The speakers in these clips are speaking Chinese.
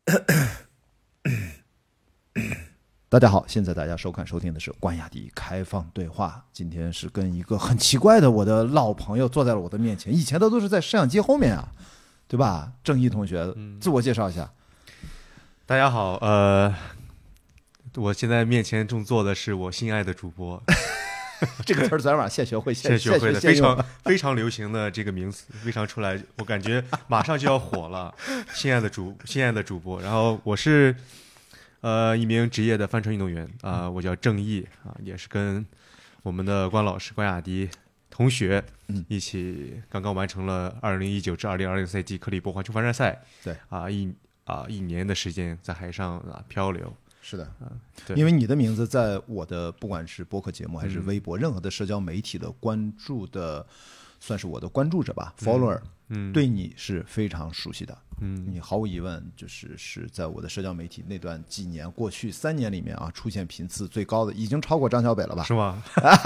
大家好，现在大家收听的是关雅迪开放对话。今天是跟一个很奇怪的我的老朋友坐在了我的面前，以前的都是在摄像机后面啊，对吧？郑毅同学，自我介绍一下。 大家好，我现在面前正坐的是我心爱的主播。 这个词儿昨天晚上现学会的非常流行的这个名词，非常出来，我感觉马上就要火了。心爱的主播，然后我是一名职业的帆船运动员我叫郑毅也是跟我们的关老师关雅迪同学一起刚刚完成了2019至2020赛季克里伯环球帆船赛。 对一年的时间在海上漂流。 是的， 对， 因为你的名字在我的不管是播客节目还是微博，任何的社交媒体的关注的，算是我的关注者吧，follower，对你是非常熟悉的，你毫无疑问是在我的社交媒体那段几年，过去3年里面出现频次最高的，已经超过张小北了吧？ 是吗？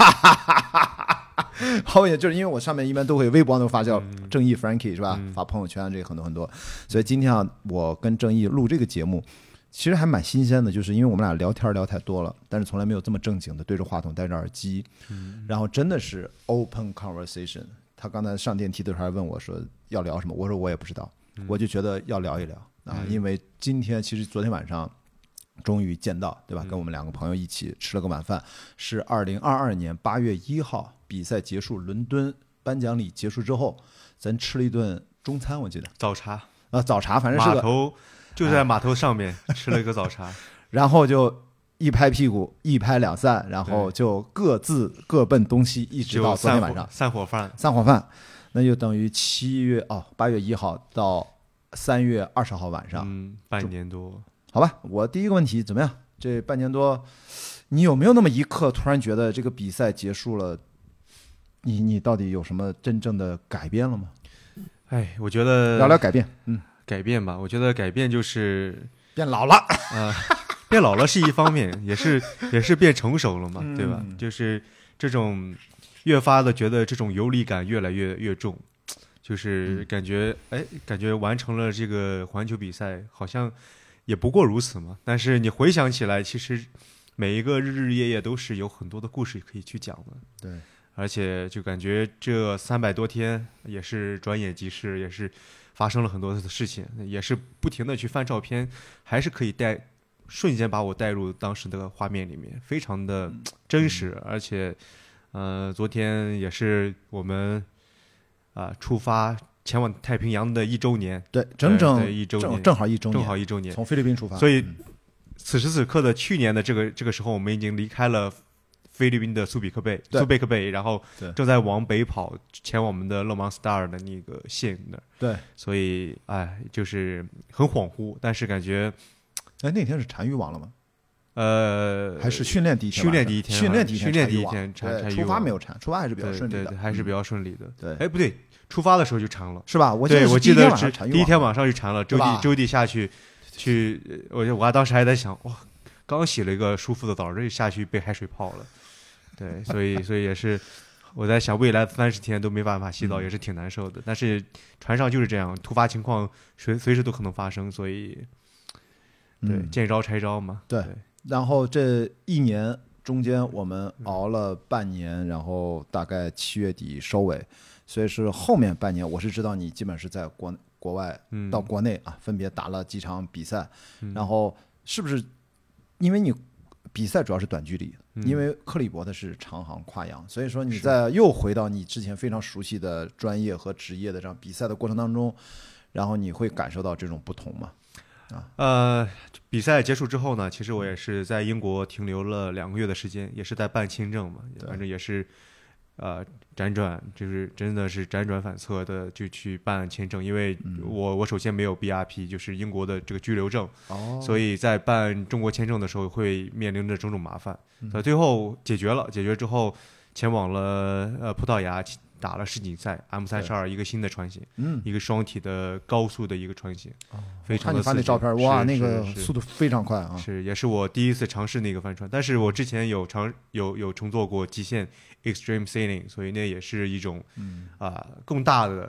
毫无疑问，就是因为我上面一般都会微博都发叫正义 Frankie 是吧？发朋友圈这个很多，所以今天我跟正义录这个节目。其实还蛮新鲜的，就是因为我们俩聊天聊太多了，但是从来没有这么正经的对着话筒戴着耳机，然后真的是 open conversation。他刚才上电梯的时候还问我说要聊什么，我说我也不知道，我就觉得要聊一聊因为今天其实昨天晚上终于见到，对吧？跟我们2个朋友一起吃了个晚饭，是2022年8月1号比赛结束，伦敦颁奖礼结束之后，咱吃了一顿中餐，我记得早茶反正是个码头。就在码头上面吃了一个早茶然后就一拍屁股一拍两散，然后就各奔东西，一直到昨天晚上散伙饭， 那就等于8月1号到3月20号晚上， 半年多。 好吧，我第一个问题怎么样？这半年多，你有没有那么一刻突然觉得这个比赛结束了，你到底有什么真正的改变了吗？ 我觉得聊聊改变， 改变吧，我觉得改变就是变老了变老了是一方面，也是变成熟了嘛，对吧？就是这种越发的觉得这种游离感越来越重，就是感觉完成了这个环球比赛，好像也不过如此嘛。但是你回想起来，其实每一个日日夜夜都是有很多的故事可以去讲的。 对， 而且就感觉这300多天也是转眼即逝，也是发生了很多的事情，也是不停的去翻照片，还是可以瞬间把我带入当时的画面里面，非常的真实。而且昨天也是我们出发前往太平洋的1周年， 对，整整 1周年， 正好1周年，从菲律宾出发。 所以此时此刻的去年的这个时候，我们已经离开了菲律宾的苏贝克贝，然后正在往北跑，前往我们的勒芒 Star 的那个县那儿。 对， 所以就是很恍惚，但是感觉， 那天是单于网了吗？还是训练第一天？ 训练第一天，出发没有缠，出发还是比较顺利的， 对，还是比较顺利的。 对， 不对，出发的时候就缠了， 是吧？ 我记得是第一天晚上就缠了，周地下去，我当时还在想，哇，刚洗了一个舒服的澡，这下去被海水泡了。对，所以也是我在想，未来30天都没办法洗澡，也是挺难受的。但是船上就是这样，突发情况随时都可能发生，所以对，见招拆招嘛。 对，然后这1年中间我们熬了半年，然后大概7月底收尾，所以是后面半年，我是知道你基本是在国外到国内分别打了几场比赛，然后是不是因为你比赛主要是短距离？因为克里伯的是长航跨洋，所以说你在又回到你之前非常熟悉的专业和职业的这样比赛的过程当中，然后你会感受到这种不同吗？ 比赛结束之后呢，其实我也是在英国停留了2个月的时间，也是在办签证嘛，反正也是辗转，就是真的是辗转反侧的就去办签证，因为我首先没有 BRP， 就是英国的这个居留证，所以在办中国签证的时候会面临着种种麻烦，最后解决之后前往了葡萄牙打了世锦赛 M32 一个新的船型，一个双体的高速的一个船型，非常的刺激。我看你发那照片，哇，那个速度非常快啊！ 也是我第一次尝试那个帆船，但是我之前有乘坐过极限 Extreme Sailing， 所以那也是一种更大的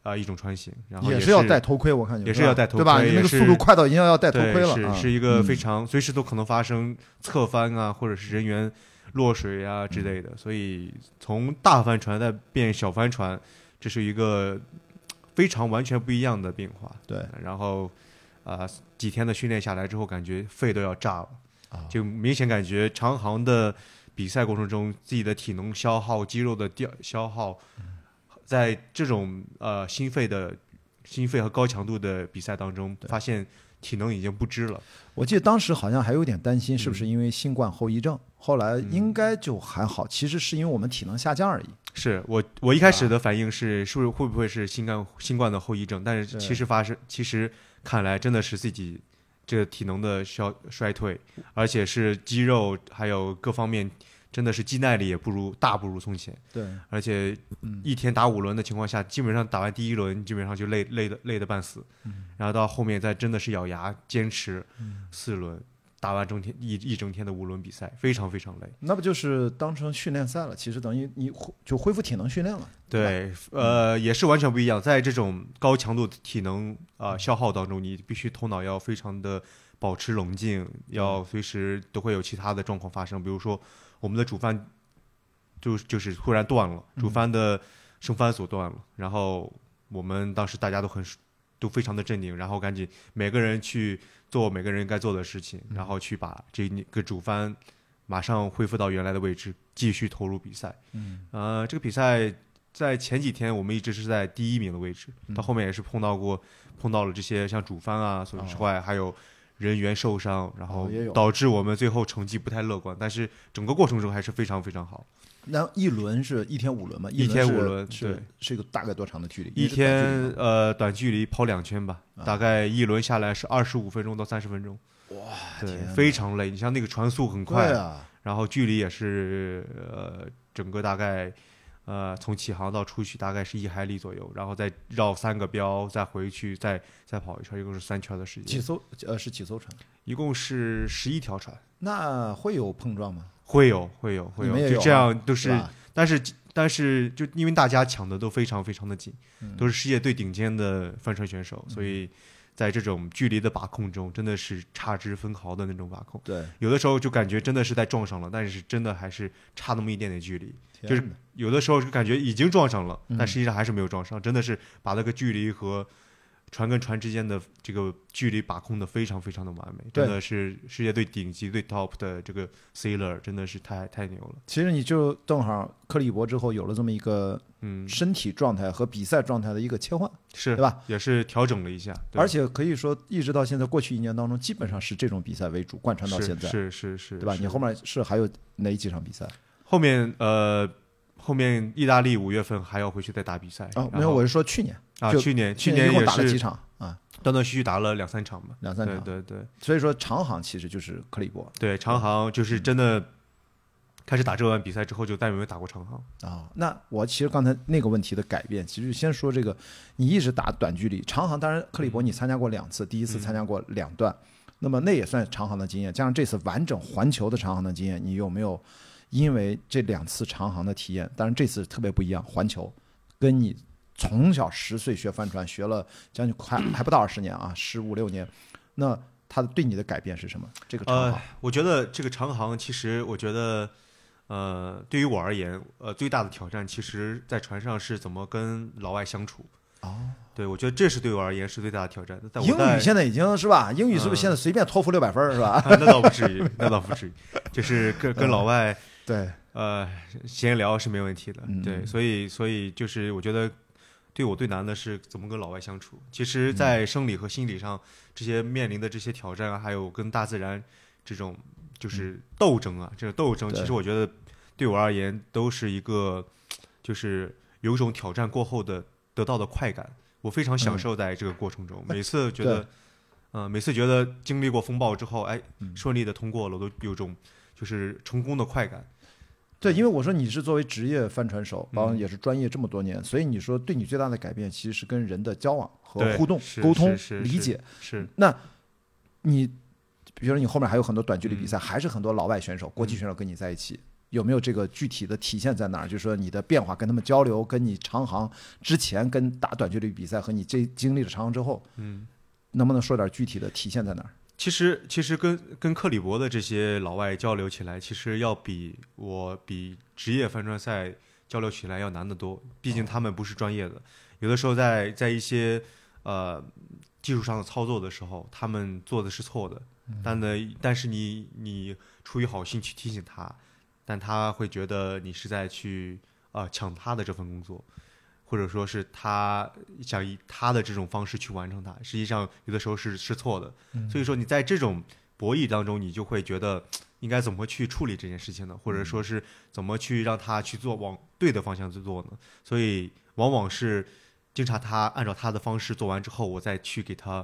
一种船型，然后也是要戴头盔，我看也是要戴头盔， 对吧？那个速度快到已经要戴头盔了， 是一个非常随时都可能发生侧翻啊，或者是人员落水啊之类的。所以从大帆船再变小帆船，这是一个非常完全不一样的变化。 对， 然后几天的训练下来之后，感觉肺都要炸了，就明显感觉长航的比赛过程中，自己的体能消耗、肌肉的消耗，在这种心肺和高强度的比赛当中，发现体能已经不支了。 我记得当时好像还有点担心，是不是因为新冠后遗症？后来应该就还好，其实是因为我们体能下降而已。 是我一开始的反应是不是会不会是新冠的后遗症？但是其实看来真的是自己这个体能的衰退，而且是肌肉还有各方面真的是肌耐力也不如从前。 对， 而且一天打5轮的情况下，基本上打完第1轮基本上就累得半死，然后到后面再真的是咬牙坚持4轮。打完一整天的5轮比赛，非常非常累。 那不就是当成训练赛了？其实等于你就恢复体能训练了。 对，也是完全不一样。在这种高强度体能消耗当中，你必须头脑要非常的保持冷静，要随时都会有其他的状况发生。比如说，我们的主帆就是突然断了，主帆的升帆索断了，然后我们当时大家都非常的镇定，然后赶紧每个人去做每个人该做的事情，然后去把这个主帆马上恢复到原来的位置，继续投入比赛。这个比赛在前几天我们一直是在第1名的位置，到后面也是碰到了这些像主帆啊损坏，还有人员受伤，然后导致我们最后成绩不太乐观，但是整个过程中还是非常非常好。 那一轮是1天5轮吗？ 一天5轮，对， 是一个大概多长的距离？ 一天短距离跑2圈吧，大概一轮下来是25分钟到30分钟。 哇， 对，非常累。你像那个船速很快，然后距离也是整个大概从起航到出去大概是1海里左右，然后再绕3个标，再回去再跑一圈，一共是3圈的时间。 几艘船？ 一共是11条船。 那会有碰撞吗？ 会有，就这样都是，但是就因为大家抢的都非常非常的紧，都是世界最顶尖的帆船选手，所以在这种距离的把控中，真的是差之分毫的那种把控。 对， 有的时候就感觉真的是在撞上了，但是真的还是差那么一点点距离，就是有的时候就感觉已经撞上了，但实际上还是没有撞上，真的是把那个距离和船跟船之间的这个距离把控的非常非常的完美，真的是世界最顶级最 top 的这个 sailor， 真的是太牛了。 其实你就正好克利伯之后有了这么一个身体状态和比赛状态的一个切换， 是对吧？ 也是调整了一下， 而且可以说一直到现在过去1年当中，基本上是这种比赛为主，贯穿到现在， 是， 对吧？你后面还有哪几场比赛？ 后面意大利5月份还要回去再打比赛没有，我是说去年去年一共打了几场啊？ 断断续续打了2-3场吧 ，2-3场， 对。 所以说长航其实就是克利伯， 对，长航就是真的开始打这轮比赛之后就再也没有打过长航那我其实刚才那个问题的改变，其实先说这个，你一直打短距离，长航当然克利伯你参加过2次，第一次参加过2段，那么那也算长航的经验，加上这次完整环球的长航的经验，你有没有因为这2次长航的体验，当然这次特别不一样，环球跟你从小10岁学帆船，学了将近还不到20年啊，15-16年，那它对你的改变是什么？这个长航， 我觉得这个长航，其实我觉得，对于我而言，最大的挑战，其实在船上是怎么跟老外相处。对，我觉得这是对我而言是最大的挑战。 英语现在已经是吧？英语是不是现在随便托福600分是吧？ 那倒不至于，就是跟老外对闲聊是没问题的。对，所以就是我觉得对我最难的是怎么跟老外相处。其实，在生理和心理上，这些面临的这些挑战，还有跟大自然这种就是斗争啊，这个斗争，其实我觉得对我而言都是一个，就是有一种挑战过后的得到的快感，我非常享受在这个过程中。每次觉得经历过风暴之后，顺利的通过了，我都有种就是成功的快感。 对，因为我说你是作为职业帆船手，包括也是专业这么多年，所以你说对你最大的改变其实是跟人的交往和互动、沟通、理解。 是。 那你比如说你后面还有很多短距离比赛，还是很多老外选手、国际选手跟你在一起， 有没有这个具体的体现在哪儿？就是说你的变化跟他们交流，跟你长航之前跟打短距离比赛和你这经历了长航之后，能不能说点具体的体现在哪儿？ 其实跟克里伯的这些老外交流起来，其实要比职业帆船赛交流起来要难得多。毕竟他们不是专业的，有的时候在一些技术上的操作的时候，他们做的是错的。但是你出于好心去提醒他，但他会觉得你是在去抢他的这份工作。或者说是他想以他的这种方式去完成它，实际上有的时候是错的。所以说你在这种博弈当中，你就会觉得应该怎么去处理这件事情呢？或者说是怎么去让他去做往对的方向去做呢？所以往往是经常他按照他的方式做完之后，我再去给他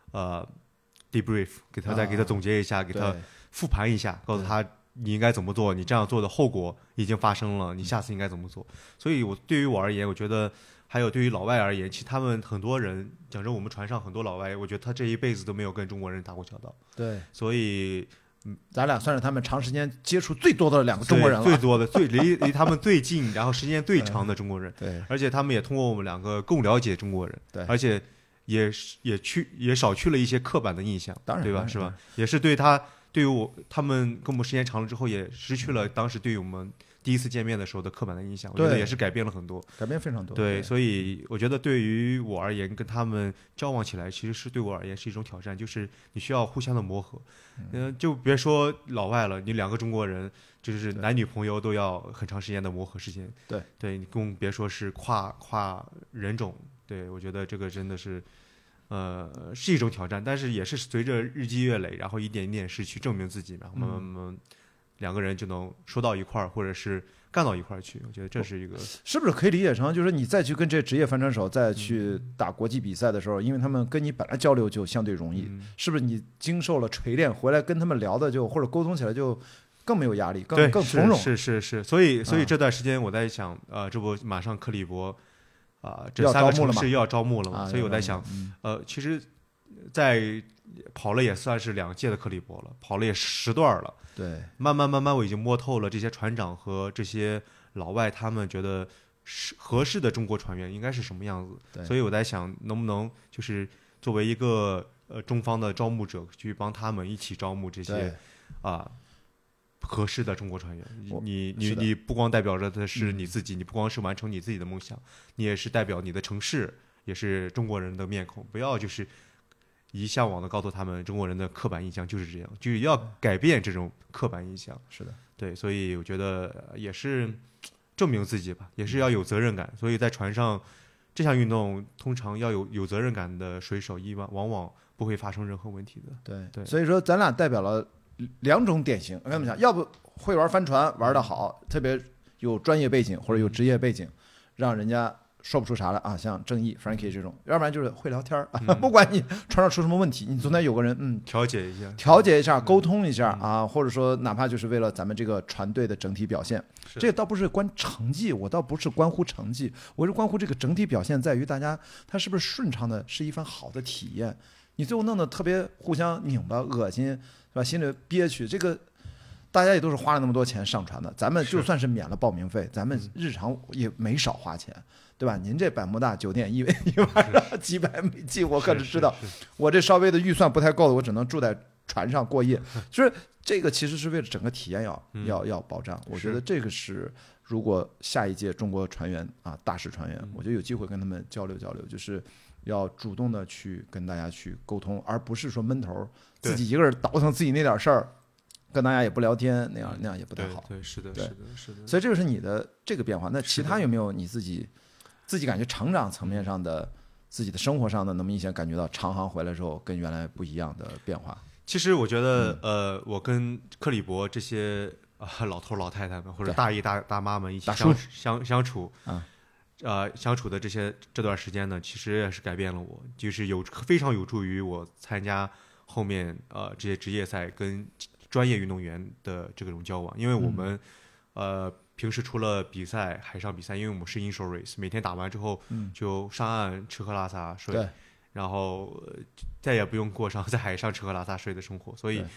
debrief， 再给他总结一下，给他复盘一下，告诉他你应该怎么做，你这样做的后果已经发生了，你下次应该怎么做。所以对于我而言，我觉得还有对于老外而言，其实他们很多人讲真，我们船上很多老外，我觉得他这一辈子都没有跟中国人打过交道。 对， 所以咱俩算是他们长时间接触最多的2个中国人了， 最多的离他们最近，然后时间最长的中国人。 对，而且他们也通过我们2个更了解中国人。 对， 而且也少去了一些刻板的印象， 当然对吧？是吧？也是对于他们跟我们时间长了之后，也失去了当时对于我们第一次见面的时候的刻板的印象。我觉得也是改变了很多， 改变非常多。 对，所以我觉得对于我而言，跟他们交往起来，其实是对我而言是一种挑战，就是你需要互相的磨合。就别说老外了，你2个中国人，就是男女朋友都要很长时间的磨合时间。对，你更别说是跨人种。对，我觉得这个真的是。是一种挑战，但是也是随着日积月累，然后一点一点是去证明自己，然后慢慢2个人就能说到一块儿，或者是干到一块儿去。我觉得这是一个， 是不是可以理解成，就是你再去跟这职业帆船手再去打国际比赛的时候，因为他们跟你本来交流就相对容易，是不是你经受了锤炼回来跟他们聊的就或者沟通起来就更没有压力，更从容？ 是，所以这段时间我在想，这不马上克里伯。这3个城市又要招募了嘛，所以我在想，其实，在跑了也算是2届的克里伯了，跑了也10段了。 对， 慢慢我已经摸透了这些船长和这些老外他们觉得合适的中国船员应该是什么样子。所以我在想，能不能就是作为一个中方的招募者，去帮他们一起招募这些合适的中国船员。你不光代表着的是你自己，你不光是完成你自己的梦想，你也是代表你的城市，也是中国人的面孔。不要就是一向往的告诉他们中国人的刻板印象就是这样，就是要改变这种刻板印象。 是的， 对，所以我觉得也是证明自己吧，也是要有责任感。所以在船上这项运动，通常要有责任感的水手，往往不会发生任何问题的。对， 所以说咱俩代表了2种典型。我跟你们讲，要不会玩帆船玩得好，特别有专业背景或者有职业背景，让人家说不出啥来啊，像正义 Frankie 这种，要不然就是会聊天不管你船上出什么问题，你总得有个人调解一下， 沟通一下啊，或者说哪怕就是为了咱们这个船队的整体表现，这倒不是关成绩，我倒不是关乎成绩，我是关乎这个整体表现，在于大家他是不是顺畅的，是一番好的体验。你最后弄得特别互相拧巴恶心，是吧？心里憋屈，这个大家也都是花了那么多钱上船的，咱们就算是免了报名费，咱们日常也没少花钱，对吧？您这百慕大酒店一晚上几百美金，我可是知道，我这稍微的预算不太够的，我只能住在船上过夜，就是这个其实是为了整个体验要保障。我觉得这个是，如果下一届中国船员大使船员，我觉得有机会跟他们交流交流，就是要主动的去跟大家去沟通，而不是说闷头自己一个人倒腾自己那点事儿，跟大家也不聊天，那样也不太好。 对，是的。 所以这个是你的这个变化。那其他有没有你自己感觉成长层面上的、自己的生活上的那么一些感觉到长航回来之后跟原来不一样的变化？ 其实我觉得，我跟克里伯这些老头老太太们或者大姨大妈们一起相处相处的这段时间呢，其实也是改变了我，就是非常有助于我参加后面这些职业赛跟专业运动员的这种交往。因为我们平时除了海上比赛，因为我们是 inshore race， 每天打完之后就上岸吃喝拉撒睡，然后再也不用过上在海上吃喝拉撒睡的生活，所以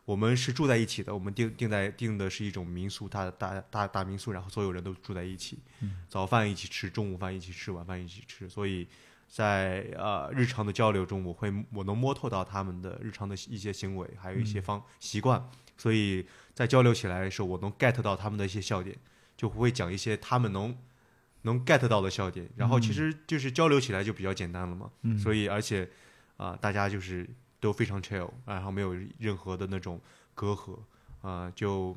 我们是住在一起的，我们定的是一种民宿，大民宿，然后所有人都住在一起，早饭一起吃，中午饭一起吃，晚饭一起吃，所以在日常的交流中，我能摸透到他们的日常的一些行为，还有一些习惯，所以在交流起来的时候，我能 get 到他们的一些笑点，就会讲一些他们能 get 到的笑点，然后其实就是交流起来就比较简单了嘛，所以而且大家就是都非常 chill， 然后没有任何的那种隔阂，就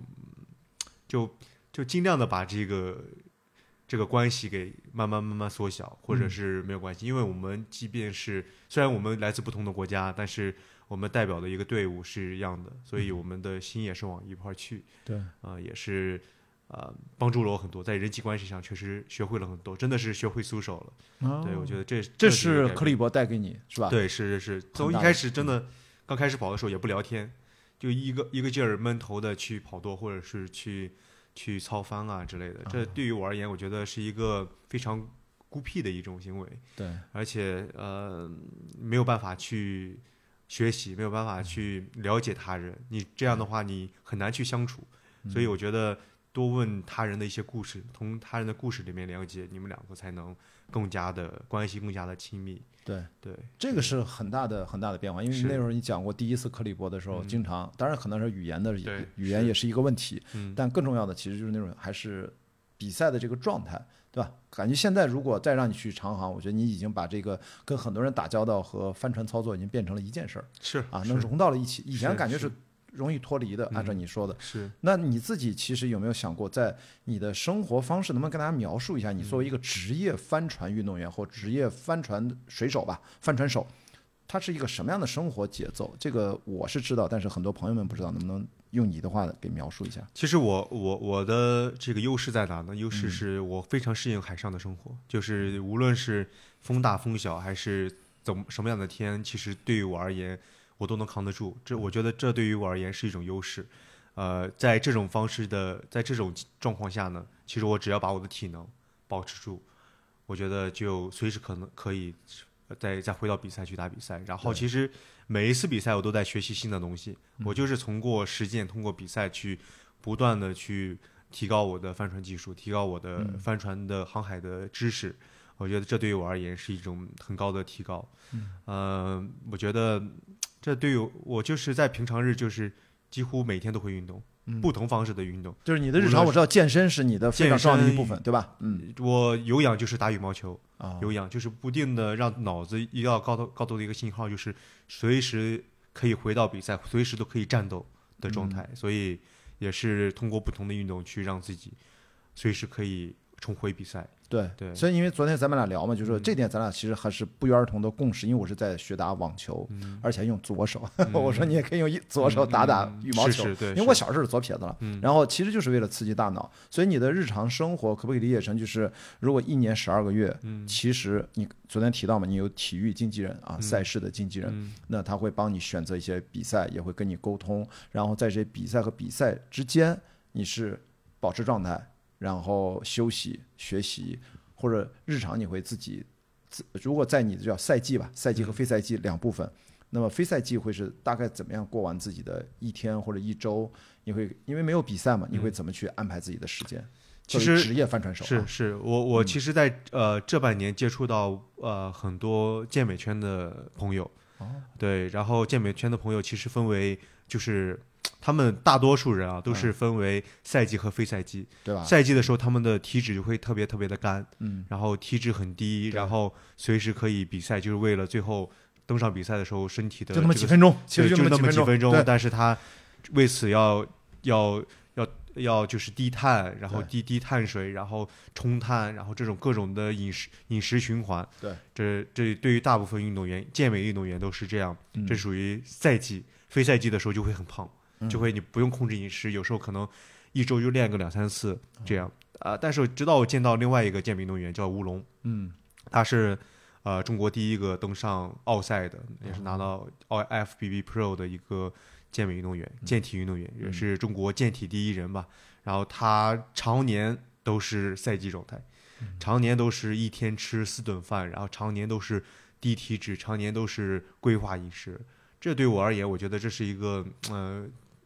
尽量的把这个关系给慢慢缩小，或者是没有关系，因为我们即便是虽然我们来自不同的国家，但是我们代表的一个队伍是一样的，所以我们的心也是往一块去。 对， 也是帮助了我很多，在人际关系上确实学会了很多，真的是学会松手了。对，我觉得这是克利伯带给你是吧？ 对，是从一开始真的刚开始跑的时候也不聊天，就一个劲儿闷头的去跑多，或者是去操翻啊之类的。这对于我而言，我觉得是一个非常孤僻的一种行为。 对， 而且没有办法去学习，没有办法去了解他人，你这样的话你很难去相处。所以我觉得多问他人的一些故事，从他人的故事里面了解，你们两个才能更加的关系更加的亲密。 对， 这个是很大的变化，因为那时候你讲过第一次克利伯的时候，经常当然可能是语言也是一个问题，但更重要的其实就是那种还是比赛的这个状态，对吧？感觉现在如果再让你去长航，我觉得你已经把这个跟很多人打交道和帆船操作已经变成了一件事儿， 是能融到了一起。以前感觉是容易脱离的，按照你说的。 是。 那你自己其实有没有想过，在你的生活方式，能不能跟大家描述一下，你作为一个职业帆船运动员或职业帆船水手吧，帆船手，他是一个什么样的生活节奏？这个我是知道，但是很多朋友们不知道，能不能用你的话给描述一下？ 其实我的这个优势在哪呢？优势是我非常适应海上的生活，就是无论是风大风小还是什么样的天，其实对于我而言，我都能扛得住。我觉得这对于我而言是一种优势。在这种在这种状况下呢，其实我只要把我的体能保持住，我觉得就随时可以再回到比赛去打比赛。然后其实每一次比赛我都在学习新的东西，我就是通过实践，通过比赛去不断的去提高我的帆船技术，提高我的帆船的航海的知识。我觉得这对于我而言是一种很高的提高。我觉得这对于我就是在平常日就是几乎每天都会运动，不同方式的运动。 就是你的日常，我知道健身是你的非常重要的一部分，对吧？ 我有氧就是打羽毛球，有氧就是不定的让脑子一到高度的一个信号，就是随时可以回到比赛，随时都可以战斗的状态。所以也是通过不同的运动去让自己随时可以重回比赛。 对，所以因为昨天咱们俩聊嘛，就是说这点咱俩其实还是不约而同的共识，因为我是在学打网球，而且用左手，我说你也可以用左手打羽毛球，因为我小时候是左撇子了，然后其实就是为了刺激大脑，所以你的日常生活可不可以理解成就是如果1年12个月，其实你昨天提到嘛，你有体育经纪人赛事的经纪人，那他会帮你选择一些比赛，也会跟你沟通，然后在这些比赛和比赛之间，你是保持状态，然后休息、学习，或者日常你会自己，如果在你的叫赛季吧，赛季和非赛季两部分，那么非赛季会是大概怎么样过完自己的一天或者一周？你会因为没有比赛嘛，你会怎么去安排自己的时间？ 其实职业帆船手是我其实在这半年接触到很多健美圈的朋友，对，然后健美圈的朋友其实分为就是他们大多数人都是分为赛季和非赛季， 对吧？ 赛季的时候他们的体脂就会特别特别的干，然后体脂很低，然后随时可以比赛，就是为了最后登上比赛的时候身体的就那么几分钟，其实就那么几分钟， 对， 但是他为此要就是低碳，然后低碳水，然后冲碳，然后这种各种的饮食循环。 对， 这对于大部分运动员，健美运动员都是这样。这属于赛季，非赛季的时候就会很胖，就会你不用控制饮食，有时候可能一周就练个2-3次这样。但是直到我见到另外一个健美运动员叫吴龙，他是中国第一个登上奥赛的，也是拿到FBB Pro 的一个健美运动员，健体运动员，也是中国健体第一人吧。然后他常年都是赛季状态，常年都是一天吃4顿饭，然后常年都是低体脂，常年都是规划饮食。这对我而言，我觉得这是一个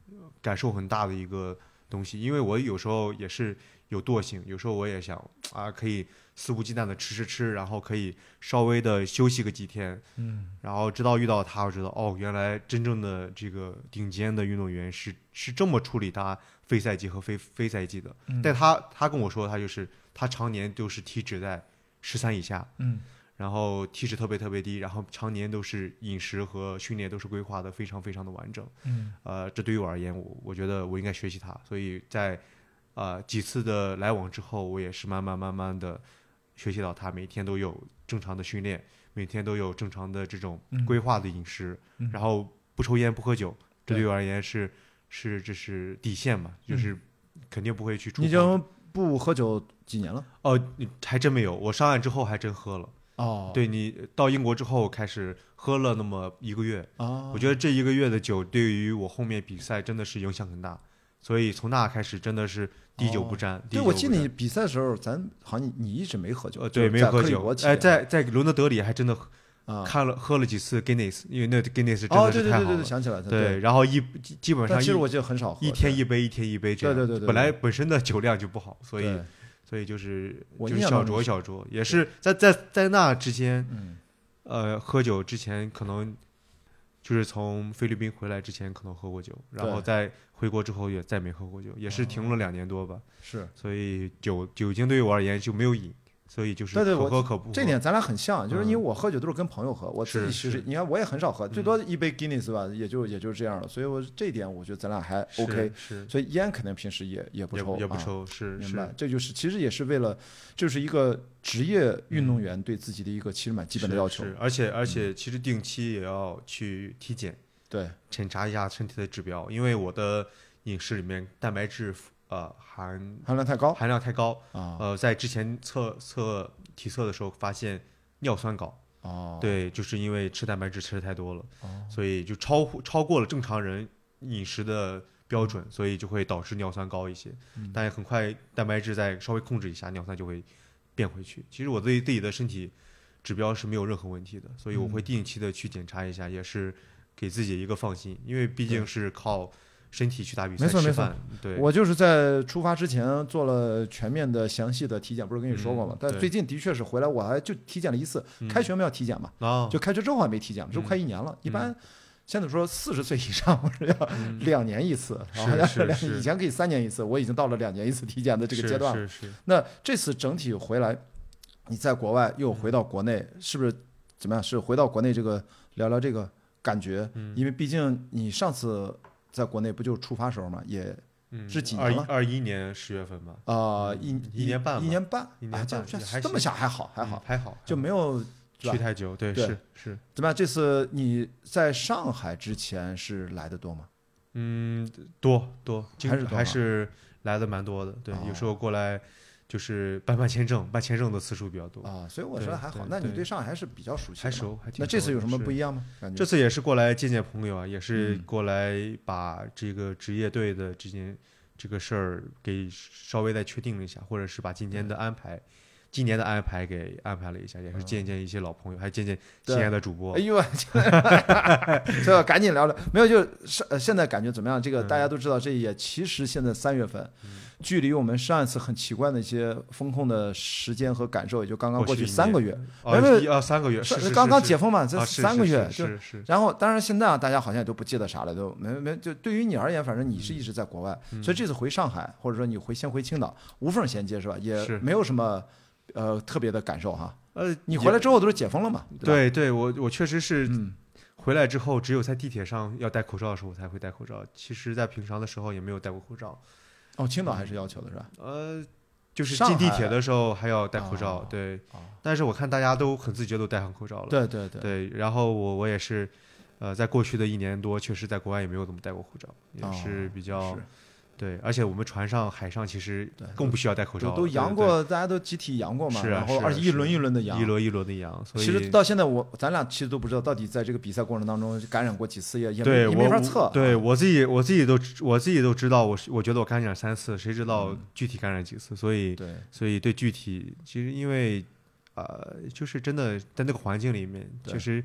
感受很大的一个东西。因为我有时候也是有惰性，有时候我也想可以肆无忌惮的吃，然后可以稍微的休息个几天，然后直到遇到他，我知道原来真正的这个顶尖的运动员是这么处理他非赛季和非赛季的。但他跟我说，他常年都是体脂在13以下，然后体脂特别特别低，然后常年都是饮食和训练都是规划的非常非常的完整。这对于我而言，我觉得我应该学习他，所以在几次的来往之后，我也是慢慢的学习到他每天都有正常的训练，每天都有正常的这种规划的饮食，然后不抽烟不喝酒，这对我而言这是底线嘛，就是肯定不会去触碰。 你已经不喝酒几年了？ 你还真没有，我上岸之后还真喝了。对，你到英国之后开始喝了那么1个月，我觉得这1个月的酒对于我后面比赛真的是影响很大，所以从那开始真的是滴酒不沾。 对，我记得你比赛的时候，咱好像你一直没喝酒。 对，没喝酒。在伦德里还真的喝了几次 Guinness， 因为那 Guinness 真的是太好了。 对，想起来了。 对，然后基本上其实我记得很少喝， 一天一杯这样。 对， 本身的酒量就不好，所以就是小酌，也是在那之间，喝酒之前可能就是从菲律宾回来之前可能喝过酒，然后在回国之后也再没喝过酒，也是停了2年多吧。 是， 所以酒精对于我而言就没有瘾，所以就是可喝可不喝。 这点咱俩很像，就是因为我喝酒都是跟朋友喝，我自己其实你看我也很少喝，最多一杯 Guinness 吧，也就是这样了。所以我这一点我觉得咱俩还 OK。所以烟肯定平时也不抽， 也不抽，是明白。这就是其实也是为了，就是一个职业运动员对自己的一个其实蛮基本的要求。 而且其实定期也要去体检， 对， 检查一下身体的指标，因为我的饮食里面蛋白质含量太高在之前体测的时候发现尿酸高。对，就是因为吃蛋白质吃的太多了，所以就超过了正常人饮食的标准，所以就会导致尿酸高一些。但很快蛋白质再稍微控制一下，尿酸就会变回去。其实我对自己的身体指标是没有任何问题的，所以我会定期的去检查一下，也是给自己一个放心，因为毕竟是靠身体去打比赛吃饭。对， 我就是在出发之前做了全面的详细的体检，不是跟你说过吗？但最近的确是回来我还就体检了1次，开学没有体检嘛，就开学之后还没体检，这快1年了。一般现在说40岁以上我是要2年1次，以前可以3年1次，我已经到了2年1次体检的这个阶段了。那这次整体回来，你在国外又回到国内，是不是怎么样？是回到国内这个聊聊这个感觉，因为毕竟你上次在国内不就出发时候嘛，也是几年了 ？21年10月份吧。 一年半。这么想还好，就没有去太久。对，是。 怎么样？这次你在上海之前是来的多吗？ 多， 还是来的蛮多的。对，有时候过来就是办签证的次数比较多所以我说还好。那你对上海还是比较熟悉的， 还熟。 那这次有什么不一样吗？ 这次也是过来见见朋友啊，也是过来把这个职业队的这个事儿给稍微再确定了一下，或者是把今年的安排给安排了一下，也是见见一些老朋友，还见见亲爱的主播。 哎呦，这赶紧聊聊。没有，就是现在感觉怎么样？这个大家都知道，这也其实现在3月份，距离我们上一次很奇怪的一些风控的时间和感受，也就刚刚过去3个月。 没有3个月，是刚刚解封嘛，这3个月是。 然后，当然现在大家好像也都不记得啥了，都没。就对于你而言，反正你是一直在国外，所以这次回上海，或者说你先回青岛，无缝衔接是吧？也没有什么。特别的感受哈。你回来之后都是解封了嘛？ 对，我确实是回来之后，只有在地铁上要戴口罩的时候我才会戴口罩。其实，在平常的时候也没有戴过口罩。 青岛还是要求的是吧？ 就是进地铁的时候还要戴口罩。对。但是我看大家都很自觉都戴上口罩了。对。然后我也是，在过去的1年多，确实在国外也没有怎么戴过口罩，也是比较。对，而且我们船上、海上其实更不需要戴口罩， 都阳过，大家都集体阳过嘛。然后而且一轮一轮的阳， 一轮的阳。 其实到现在咱俩其实都不知道到底在这个比赛过程当中感染过几次，也没法测。 对我自己都知道，我觉得我感染3次，谁知道具体感染几次？所以对具体，其实因为就是真的在那个环境里面，其实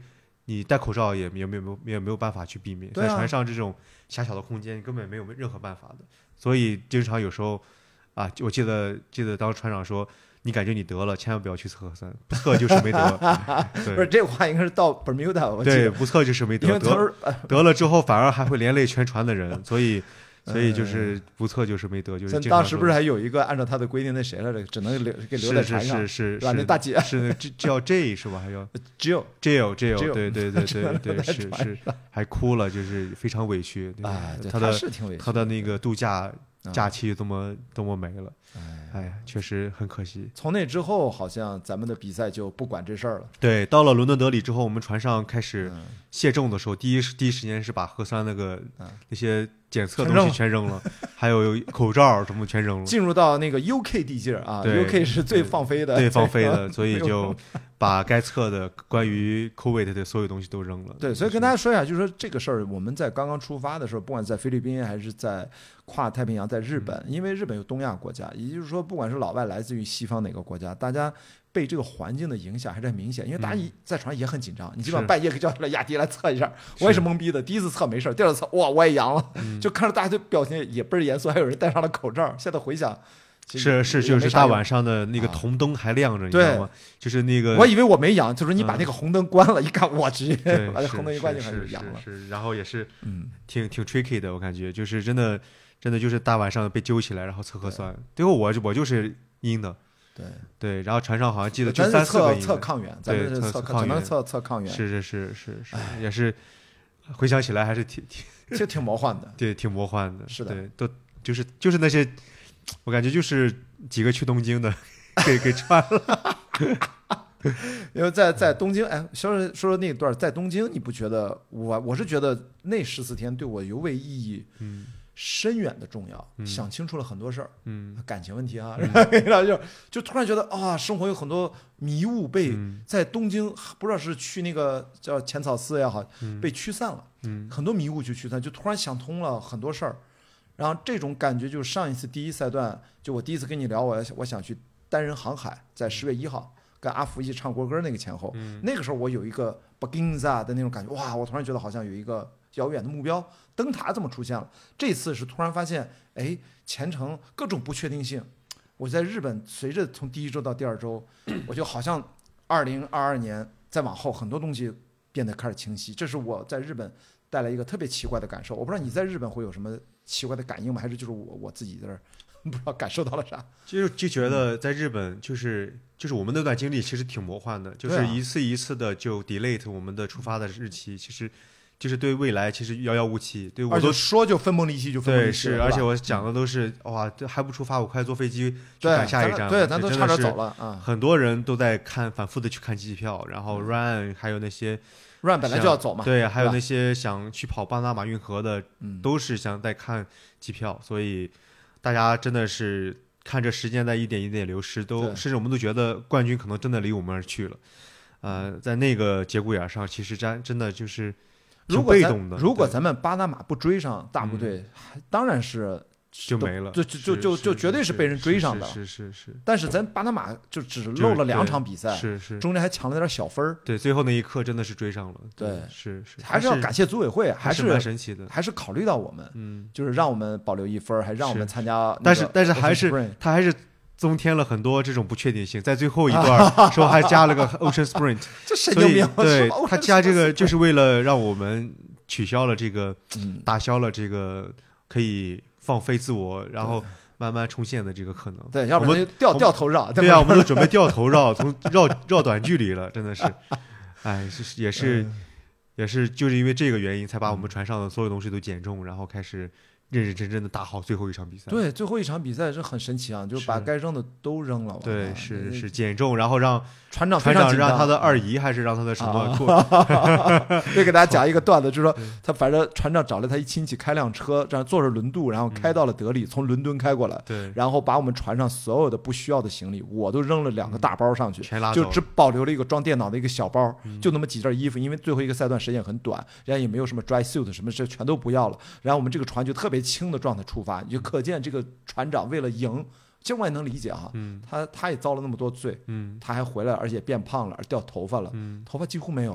你戴口罩也没有办法去避免， 对啊在船上这种狭小的空间根本没有任何办法的，所以经常有时候啊，我记得当船长说，你感觉你得了，千万不要去测核酸，不测就是没得。对， 不是这话应该是到 Bermuda， 我记对， 得， 不测就是没得， 因为他说得了之后反而还会连累全船的人，所以就是不测就是没得，就是经常当时不是还有一个按照他的规定，那谁来着，只能留在船上，吧？那大姐是叫 J 是吧？还有 Jill， Jill， 对，是还哭了，就是非常委屈。 哎， 他是挺委屈， 他的那个度假假期多么没了，哎呀，确实很可惜。 从那之后，好像咱们的比赛就不管这事儿了。 对，到了伦敦德里之后，我们船上开始卸重的时候，第一时间是把核酸那些检测东西全扔了，还有口罩什么全扔了。 进入到那个 UK 地界啊 ，UK 是最放飞的， 最放飞的，所以就把该测的关于 COVID 的所有东西都扔了。 对，所以跟大家说一下，就是说这个事儿，我们在刚刚出发的时候，不管在菲律宾还是在跨太平洋，在日本，因为日本有东亚国家，也就是说，不管是老外来自于西方哪个国家，大家被这个环境的影响还是很明显，因为大家在船也很紧张，你基本上半夜给叫出来雅迪来测一下，我也是懵逼的，第一次测没事，第二次测哇我也阳了，就看着大家的表情也倍儿严肃，还有人戴上了口罩，现在回想。 就是大晚上的那个红灯还亮着，你知道吗？就是那个， 我以为我没阳，就是你把那个红灯关了，一看我直接把这红灯一关就还是阳了。 然后也是挺 tricky 的，我感觉就是真的就是大晚上被揪起来，然后测核酸，最后我就是阴的。对，然后船上好像记得就3-4个阴的。 测抗原，咱们是只能测抗原。 是，也是回想起来还是挺魔幻的。 对，挺魔幻的。 是的， 对，都就是那些。我感觉就是几个去东京的给穿了， 因为在东京，哎，说那段在东京，你不觉得我是觉得那14天对我尤为意义深远的重要，想清楚了很多事儿，感情问题啊，就突然觉得啊，生活有很多迷雾被在东京不知道是去那个叫浅草寺也好，被驱散了，很多迷雾去驱散，就突然想通了很多事儿。然后这种感觉就是上一次第一赛段，就我第一次跟你聊，我想去单人航海，在10月1号跟阿福一起唱国歌那个前后，那个时候我有一个 Baginza 的那种感觉，哇！我突然觉得好像有一个遥远的目标，灯塔这么出现了。这次是突然发现，哎，前程各种不确定性。我在日本，随着从第1周到第2周，我就好像2022年再往后，很多东西变得开始清晰。这是我在日本带来一个特别奇怪的感受。我不知道你在日本会有什么奇怪的感应吗？还是就是我自己在这儿不知道感受到了啥？ 就觉得在日本就是我们那段经历其实挺魔幻的，就是一次一次的就 delay 我们的出发的日期，其实就是对未来其实遥遥无期。对我都说就分崩离析就分崩离析。 对，是，而且我讲的都是哇，还不出发，我快坐飞机去赶下一站了。 对，咱都差点走了啊！ 很多人都在反复的去看机票，然后 Ryan 还有那些。 Ryan 本来就要走嘛， 对，还有那些想去跑巴拿马运河的，都是想在看机票，所以大家真的是看着时间在一点一点流失，甚至我们都觉得冠军可能真的离我们而去了。在那个节骨眼上，其实真的就是挺被动的。 如果咱们巴拿马不追上大部队，当然是。 就没了， 就绝对是被人追上的， 是。 但是咱巴拿马就只漏了2场比赛， 是， 中间还抢了点小分儿。 对，最后那一刻真的是追上了。 对， 是， 还是要感谢组委会，还是蛮神奇的， 还是考虑到我们，就是让我们保留1分，还让我们参加。 但是他还是增添了很多这种不确定性，在最后一段说还加了个 Ocean Sprint， 这神经病。 对，他加这个就是为了让我们取消了这个，打消了这个可以放飞自我，然后慢慢冲线的这个可能。 对，要不然掉头绕。 对啊，我们都准备掉头绕，从绕短距离了，真的是，哎，也是就是因为这个原因，才把我们船上的所有东西都减重，然后开始认认真真的打好最后一场比赛。 对，最后一场比赛是很神奇啊，就是把该扔的都扔了。 对，是减重，然后让船长让他的二姨还是让他的什么？ 对，给大家讲一个段子，就是说他反正船长找了他一亲戚开辆车，这样坐着轮渡，然后开到了德里，从伦敦开过来， 对， 然后把我们船上所有的不需要的行李，我都扔了2个大包上去， 全拉走， 就只保留了一个装电脑的一个小包，就那么几件衣服，因为最后一个赛段时间很短，人家也没有什么 dry suit 什么，这全都不要了。然后我们这个船就特别轻的状态出发，你就可见这个船长为了赢。其实我也能理解哈，他也遭了那么多罪，他还回来，而且变胖了，而掉头发了，头发几乎没有了，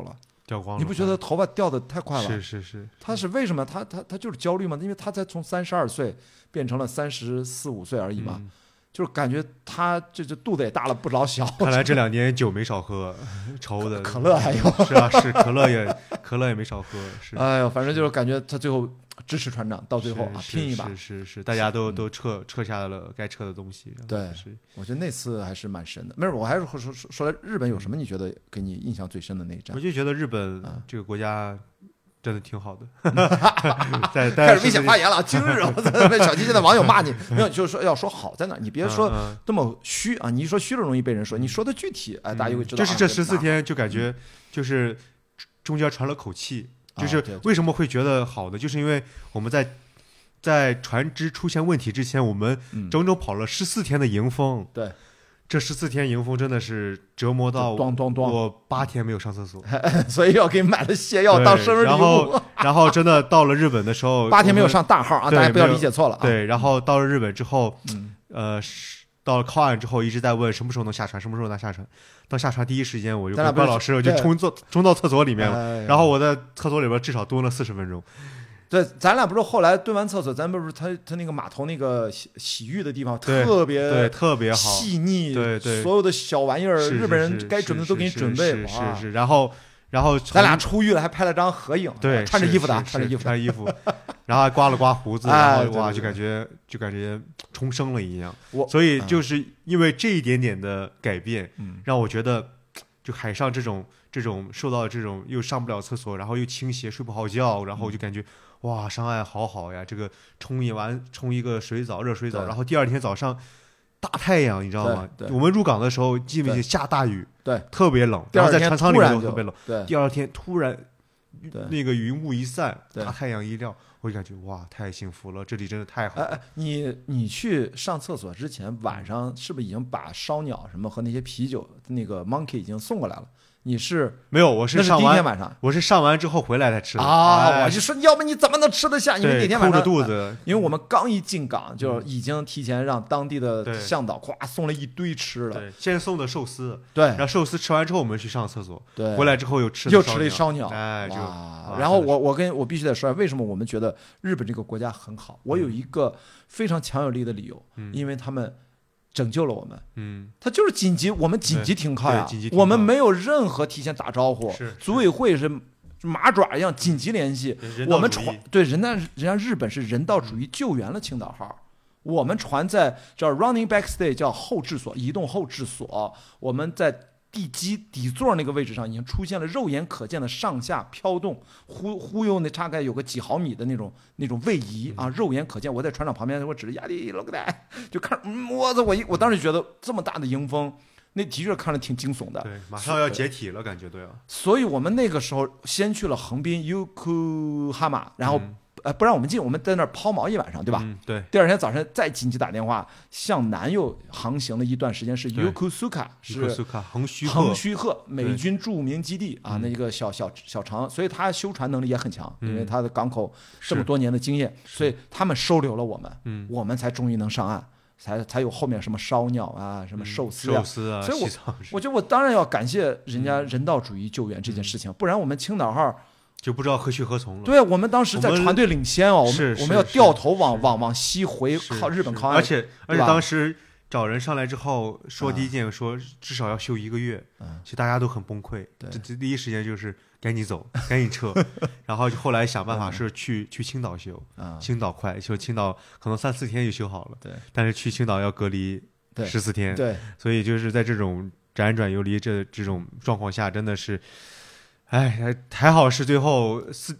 掉光了， 你不觉得头发掉的太快了？ 是， 他是为什么？他就是焦虑嘛，因为他才从32岁变成了34、5岁而已嘛。就是感觉他这肚子也大了不老小。 看来这2年酒没少喝，抽的可乐还有。 是啊，是可乐也没少喝。是。 哎呦，反正就是感觉他最后支持船长到最后啊，拼一把。 是，大家都撤下了该撤的东西。 对，我觉得那次还是蛮深的。没事，我还是说来日本有什么你觉得给你印象最深的那一站？ 我就觉得日本这个国家真的挺好的。 开始危险发言了，今日小鸡现在网友骂你，没有，就是说要说好在哪，你别说这么虚啊！你一说虚了容易被人说，你说的具体，哎，大家就会知道。 就是这14天就感觉就是中间喘了口气，就是为什么会觉得好的，就是因为我们在船只出现问题之前，我们整整跑了14天的迎风。 对。 这14天迎风真的是折磨到我8天没有上厕所， 所以要给你买了泻药当生日礼物。 然后真的到了日本的时候 ，8天没有上大号啊，大家不要理解错了啊。 对，然后到了日本之后，到了靠岸之后一直在问什么时候能下船，什么时候能下船。到下船第一时间我就跟高老师我就冲到厕所里面了，然后我在厕所里边至少蹲了40分钟。 对，咱俩不是后来蹲完厕所，咱不是他那个码头那个洗浴的地方特别好细腻， 对， 所有的小玩意儿日本人该准备都给你准备， 是，然后咱俩出狱了还拍了张合影， 对， 穿着衣服的， 穿着衣服，然后还刮了刮胡子，然后哇，就感觉重生了一样。所以就是因为这一点点的改变，让我觉得就海上这种受到这种又上不了厕所，然后又倾斜睡不好觉，然后就感觉哇，上岸好呀！这个冲一个热水澡，然后第2天早上大太阳，你知道吗？我们入港的时候记不记得下大雨， 对， 特别冷，然后在船舱里面都特别冷。 对， 第2天突然那个云雾一散，大太阳一亮，我就感觉哇，太幸福了，这里真的太好了。 你去上厕所之前，晚上是不是已经把烧鸟什么和那些啤酒那个 Monkey 已经送过来了？你是没有，我是上完第一天晚上， 我是上完之后回来才吃的啊！我就说，要不你怎么能吃得下？因为那天晚上空着肚子， 因为我们刚一进港，就已经提前让当地的向导咵送了一堆吃的。 对，先送的寿司， 对， 然后寿司吃完之后，我们去上厕所， 对， 回来之后又吃了一烧鸟， 哎， 然后我必须得说，为什么我们觉得日本这个国家很好？我有一个非常强有力的理由，因为他们拯救了我们，他就是紧急，我们紧急停靠呀，我们没有任何提前打招呼，组委会是马爪一样紧急联系，我们船对人家日本是人道主义救援了青岛号，我们船在叫 running back stay 叫后置所，移动后置所，我们在底座那个位置上已经出现了肉眼可见的上下飘动，忽悠那大概有个几毫米的那种位移啊，肉眼可见。我在船长旁边，我指着压力了个带，就看，我当时觉得这么大的迎风，那的确看着挺惊悚的。 对，马上要解体了，感觉对啊。 所以我们那个时候先去了横滨 Yokohama， 然后。不让我们进，我们在那儿抛锚一晚上，对吧？ 对。 第2天早上再紧急打电话，向南又航行了一段时间，是 Yokosuka， 是横须贺美军著名基地啊，那个小城，所以他修船能力也很强，因为他的港口这么多年的经验，所以他们收留了我们，我们才终于能上岸。才有后面什么烧鸟啊，什么寿司啊，所以我觉得我当然要感谢人家人道主义救援这件事情，不然我们青岛号就不知道何去何从了。 对，我们当时在船队领先哦，我们要掉头往西回靠日本靠岸， 而且当时找人上来之后说第一件说至少要休1个月，其实大家都很崩溃，这第一时间就是赶紧走，赶紧撤，然后就后来想办法是去青岛休，青岛快，就青岛可能3-4天就修好了， 对， 但是去青岛要隔离14天， 对， 所以就是在这种辗转游离这种状况下，真的是。哎，还好是最后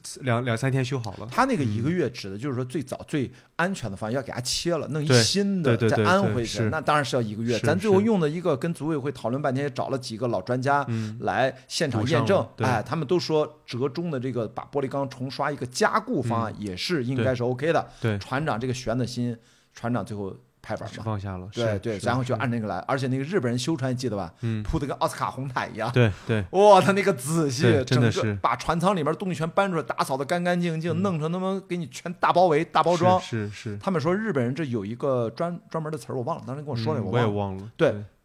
2-3天修好了。 他那个1个月指的就是说最早最安全的方案要给他切了，弄一新的再安回去，那当然是要1个月。咱最后用的一个跟组委会讨论半天，也找了几个老专家来现场验证，哎，他们都说折中的这个把玻璃钢重刷一个加固方案也是应该是 OK 的。 对， 船长这个悬的心，船长最后。拍板嘛， 放下了， 对，然后就按那个来，而且那个日本人修船记得吧？铺的跟奥斯卡红毯一样。 对， 哇，他那个仔细， 真的是把船舱里面东西全搬出来，打扫的干干净净，弄成他们给你全大包围、大包装。 是。 他们说日本人这有一个专门的词儿，我忘了，当时跟我说了， 我也忘了。 对，就是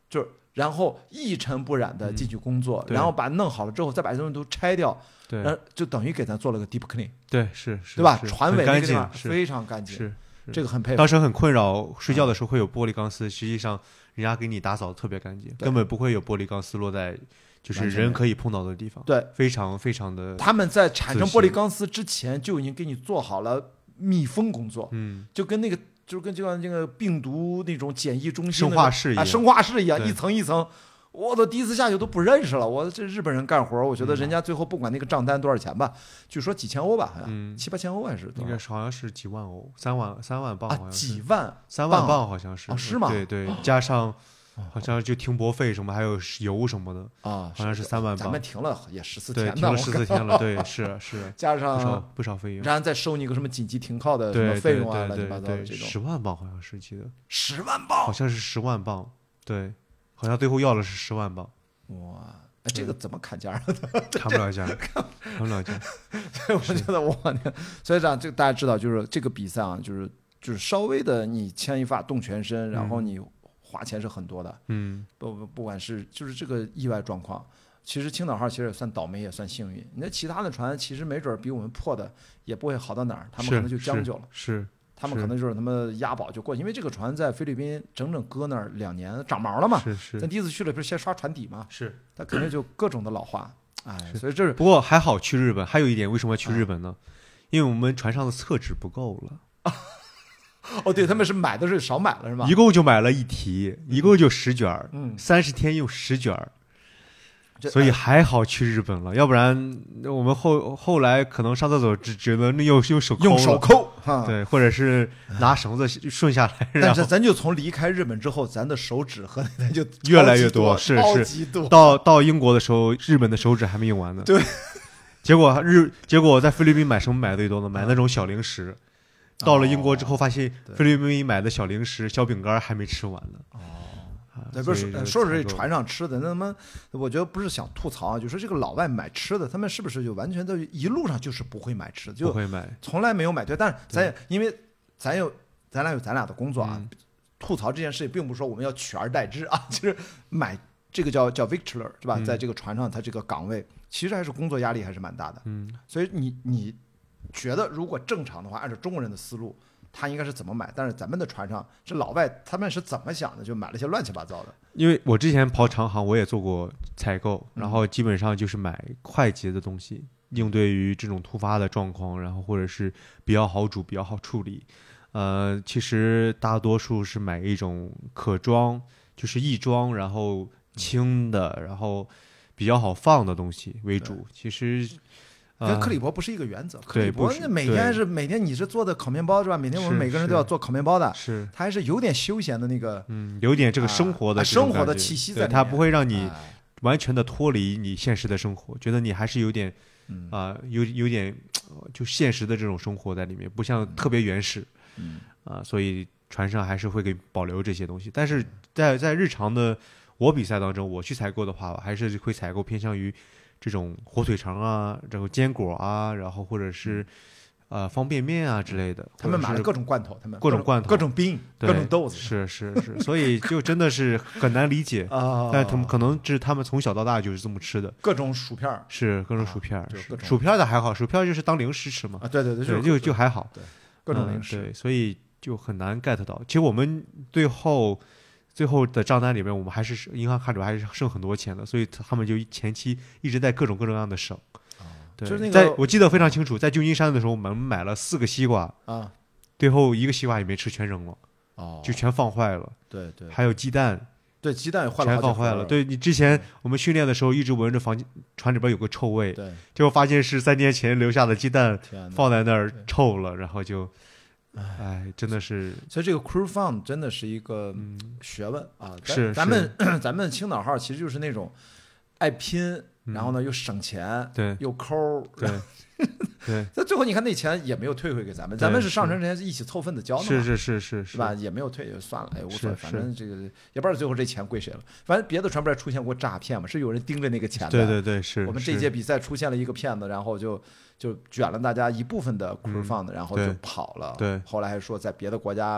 然后一尘不染的进去工作，然后把弄好了之后再把这东西都拆掉， 对， 就等于给咱做了个 deep clean， 对，是， 对吧？ 是船尾那个地方很干净， 非常干净， 是这个很佩服。 当时很困扰，睡觉的时候会有玻璃钢丝，实际上人家给你打扫的特别干净，根本不会有玻璃钢丝落在就是人可以碰到的地方， 对， 非常非常的。 他们在产生玻璃钢丝之前就已经给你做好了密封工作，就跟那个就像那个病毒那种检疫中心、 生化室一样， 生化室一样，一层一层。我都第一次下去都不认识了，我这日本人干活，我觉得人家最后不管那个账单多少钱吧，据说几千欧吧，好像7、8千欧还是多少？ 应该好像是几万欧，3万镑，好像是几万 ，3万镑好像是， 是吗？ 对对，加上好像就停泊费什么，还有油什么的啊， 好像是3万镑。 咱们停了也14天， 对，停了14天了，对，是加上不少费用， 然后再收你个什么紧急停靠的什么费用啊，乱七八糟的这种。 10万镑好像是记得 ，10万镑， 好像是10万镑，对，好像最后要的是10万镑。 哇，这个怎么砍价？ 砍不了价，砍不了价。 所以我觉得我天，所以这样就大家知道，就是这个比赛啊，就是稍微的你牵一发动全身，然后你花钱是很多的。不管是就是这个意外状况，其实青岛号其实也算倒霉，也算幸运。你那其他的船其实没准比我们破的也不会好到哪儿，他们可能就将就了。 是。 他们可能就是他们押宝就过去，因为这个船在菲律宾整整搁那儿2年，长毛了嘛。 是。 咱第一次去了，不是先刷船底嘛？ 是。 他肯定就各种的老化，所以这是。 不过还好去日本，还有一点，为什么要去日本呢？因为我们船上的厕纸不够了。 哦，对，他们是买的是少买了是吧？ 一共就买了1提，一共就10卷，30天用10卷。所以还好去日本了，要不然我们后来可能上厕所只能用手抠， 对，或者是拿绳子顺下来。 但是咱就从离开日本之后，咱的手指和咱就越来越多，是。到英国的时候，日本的手指还没用完呢。 对， 结果在菲律宾买什么买最多呢？买那种小零食。到了英国之后，发现菲律宾买的小零食、小饼干还没吃完呢。 对，不是说是这船上吃的，那他妈，我觉得不是想吐槽啊，就说这个老外买吃的，他们是不是就完全都一路上就是不会买吃的，就不会买， 从来没有买对。但是咱也因为咱俩有咱俩的工作啊，吐槽这件事情并不是说我们要取而代之啊，就是买这个叫 Victualler 对吧？在这个船上，它这个岗位其实还是工作压力还是蛮大的。所以你觉得如果正常的话，按照中国人的思路。他应该是怎么买？但是咱们的船上这老外他们是怎么想的？就买了些乱七八糟的。 因为我之前跑长航，我也做过采购，然后基本上就是买快捷的东西，应对于这种突发的状况，然后或者是比较好煮、比较好处理。其实大多数是买一种可装，就是易装，然后轻的，然后比较好放的东西为主。其实。 跟克里伯不是一个原则，克里伯那每天你是做的烤面包是吧？每天我们每个人都要做烤面包的， 是它还是有点休闲的那个， 有点这个生活的气息在里面， 它不会让你完全的脱离你现实的生活，觉得你还是有点有点就现实的这种生活在里面，不像特别原始，所以船上还是会给保留这些东西，但是在日常的我比赛当中，我去采购的话，还是会采购偏向于。这种火腿肠啊，然后坚果啊，然后或者是方便面啊之类的。 他们买了各种罐头， 各种罐头、 各种冰、各种豆子。 是，所以就真的是很难理解但他们可能是他们从小到大就是这么吃的。 各种薯片是各种薯片薯片的还好，薯片就是当零食吃嘛。 对， 就还好。 对，各种零食。 对，所以就很难 get 到。其实我们最后的账单里面，我们还是银行卡主还是剩很多钱的，所以他们就前期一直在各种各样的省。对， 就是那个我记得非常清楚，在旧金山的时候，我们买了4个西瓜啊， 最后1个西瓜也没吃，全扔了，就全放坏了。 对， 还有鸡蛋， 对，鸡蛋也坏了， 全放坏了。对，你之前我们训练的时候，一直闻着船里边有个臭味， 对， 结果发现是3年前留下的鸡蛋放在那儿臭了，然后就。真的是， 所以这个 crew fund 真的是一个学问啊。 是咱们青岛号其实就是那种爱拼，然后呢又省钱， 对， 又抠， 对。 在最后你看那钱也没有退回给咱们，咱们是上船之前一起凑份子交的嘛，是吧？也没有退，就算了，无所谓，反正这个也不知道最后这钱归谁了。反正别的船不是出现过诈骗嘛，是有人盯着那个钱的。对，是我们这届比赛出现了一个骗子，然后就卷了大家一部分的 crew fund，然后就跑了。 对， 后来还说在别的国家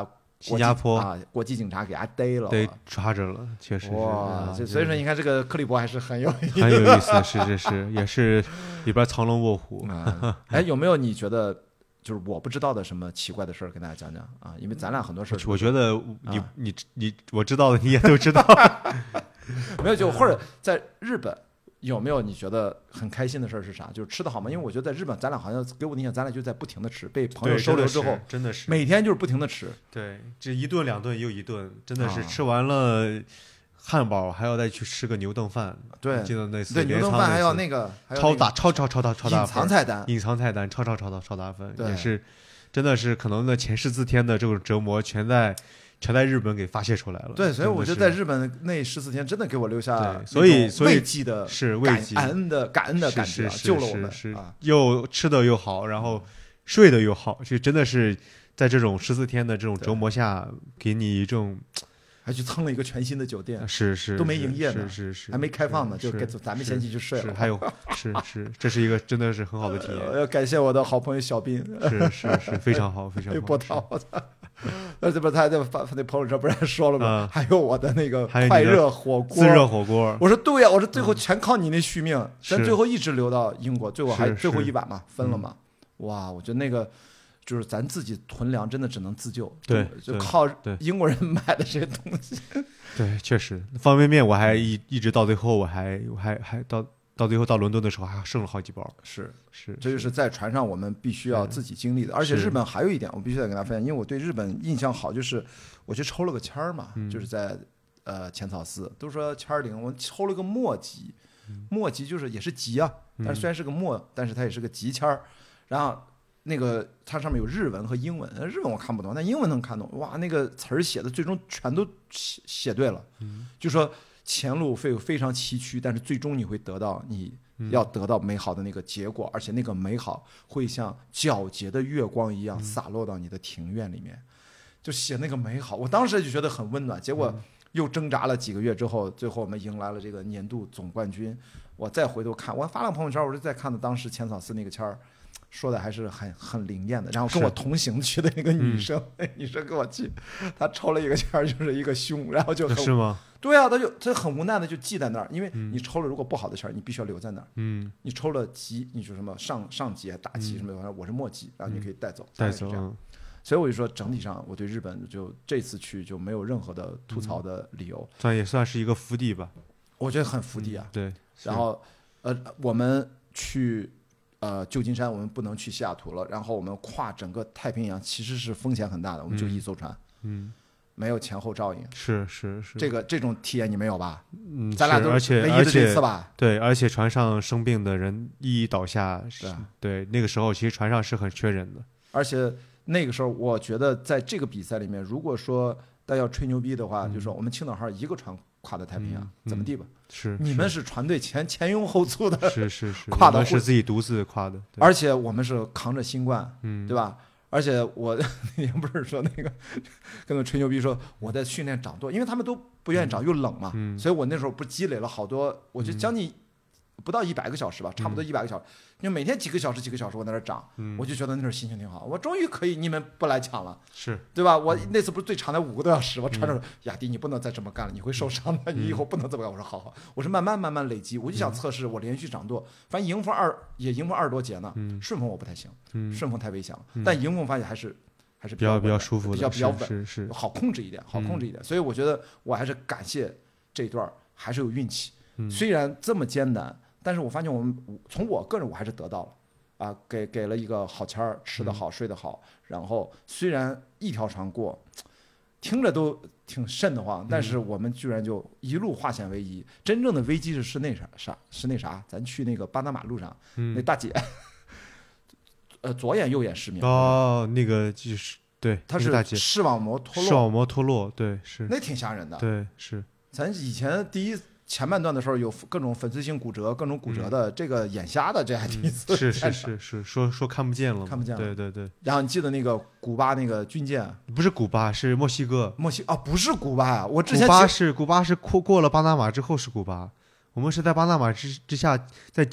新加坡国际警察给他逮了， 对，抓着了，确实是。 哇，所以说你看这个克利伯还是很有意思，是，也是里边藏龙卧虎啊。哎，有没有你觉得就是我不知道的什么奇怪的事儿，跟大家讲讲啊？因为咱俩很多事儿， 我觉得你我知道的你也都知道。 没有，就或者在日本。有没有你觉得很开心的事儿是啥？就是吃的好吗？因为我觉得在日本，咱俩好像给我印象，咱俩就在不停的吃，被朋友收留之后， 真的是每天就是不停的吃。 对，这一顿两顿又一顿，真的是吃完了汉堡还要再去吃个牛顿饭。 对， 记得那次对牛顿饭还要那个超大隐藏菜单， 隐藏菜单超大份，也是真的是可能那前14天的这种折磨全在日本给发泄出来了。 对，所以我觉得在日本那14天真的给我留下所以慰藉的， 是慰藉感恩的感觉，救了我们。 又吃的又好，然后睡得又好，就真的是在这种14天的这种折磨下，给你一种。 还去蹭了一个全新的酒店， 是都没营业呢， 是还没开放呢，就咱们先去睡了。 还有是，这是一个真的是很好的体验。 要感谢我的好朋友小斌， 是非常好，非常好。 波涛，我操！这不他那朋友圈不是还说了吗？还有我的那个快热火锅， 自热火锅。 我说对呀，我说最后全靠你那续命，咱最后一直留到英国，最后还最后一晚嘛，分了嘛。哇，我觉得那个。就是咱自己囤粮，真的只能自救， 对， 就靠英国人买的这些东西。 对，确实，方便面我还一直到最后，我还到最后到伦敦的时候还剩了好几包。 是，这就是在船上我们必须要自己经历的。而且日本还有一点，我必须得跟大家分享，因为我对日本印象好，就是我去抽了个签儿嘛，就是在浅草寺，都说签儿灵，我抽了个墨吉，墨吉就是也是吉啊，但是虽然是个墨，但是它也是个吉签儿，然后。那个它上面有日文和英文，日文我看不懂，但英文能看懂。哇，那个词儿写的最终全都写对了，就说前路非常崎岖，但是最终你会得到你要得到美好的那个结果，而且那个美好会像皎洁的月光一样洒落到你的庭院里面，就写那个美好。我当时就觉得很温暖，结果又挣扎了几个月之后，最后我们迎来了这个年度总冠军。我再回头看，我发了朋友圈，我就再看到当时浅草寺那个签儿。说的还是很灵验的，然后跟我同行去的那个女生，女生跟我去，她抽了一个签儿，就是一个凶，然后就是吗？ 对啊，她很无奈的就记在那儿，因为你抽了如果不好的签儿，你必须要留在那儿。你抽了吉，你说什么上级大吉什么的，我是末吉，然后你可以带走。这样。所以我就说，整体上我对日本就这次去就没有任何的吐槽的理由， 也算是一个福地吧。 我觉得很福地啊。 对。 然后我们去。旧金山我们不能去西雅图了，然后我们跨整个太平洋其实是风险很大的，我们就一艘船，没有前后照应， 是， 这种体验你没有吧？咱俩都唯一的这次吧？ 对，而且船上生病的人一倒下，对，那个时候其实船上是很缺人的， 而且那个时候我觉得在这个比赛里面，如果说大家要吹牛逼的话，就说我们青岛号一个船跨的太平洋，怎么地吧？你们是船队前拥后簇的， 是跨的， 我们是自己独自跨的， 而且我们是扛着新冠，对吧？而且我那天不是说那个跟他们吹牛逼说我在训练掌舵，因为他们都不愿意掌，又冷嘛，所以我那时候不积累了好多，我就将近不到100个小时吧，差不多100个小时，因为每天几个小时我在那长，我就觉得那时候心情挺好，我终于可以你们不来抢了，对吧？我那次不是最长的5个多小时，我穿着雅迪，你不能再这么干了，你会受伤的，你以后不能这么干。我说好，我是慢慢累积，我就想测试我连续掌舵，反正迎风20多节呢，顺风我不太行，顺风太危险了，但迎风发现还是比较舒服的， 比较稳，好控制一点，所以我觉得我还是感谢这一段还是有运气，虽然这么艰难。但是我发现从我个人我还是得到了，啊，给了一个好签儿，吃得好，睡得好，然后虽然一条船过，听着都挺瘆得慌，但是我们居然就一路化险为夷。真正的危机是那啥，咱去那个巴拿马路上，那大姐，左眼右眼失明。 哦，那个就是对， 她是视网膜脱落，对，是那挺吓人的。 对，是咱以前前半段的时候有各种粉碎性骨折，各种骨折的，这个眼瞎的，这还第一次。 是，说看不见了，对。 然后你记得那个古巴那个军舰？ 不是古巴，是墨西哥。 不是古巴啊！我之前古巴是过了巴拿马之后是古巴，我们是在巴拿马之下再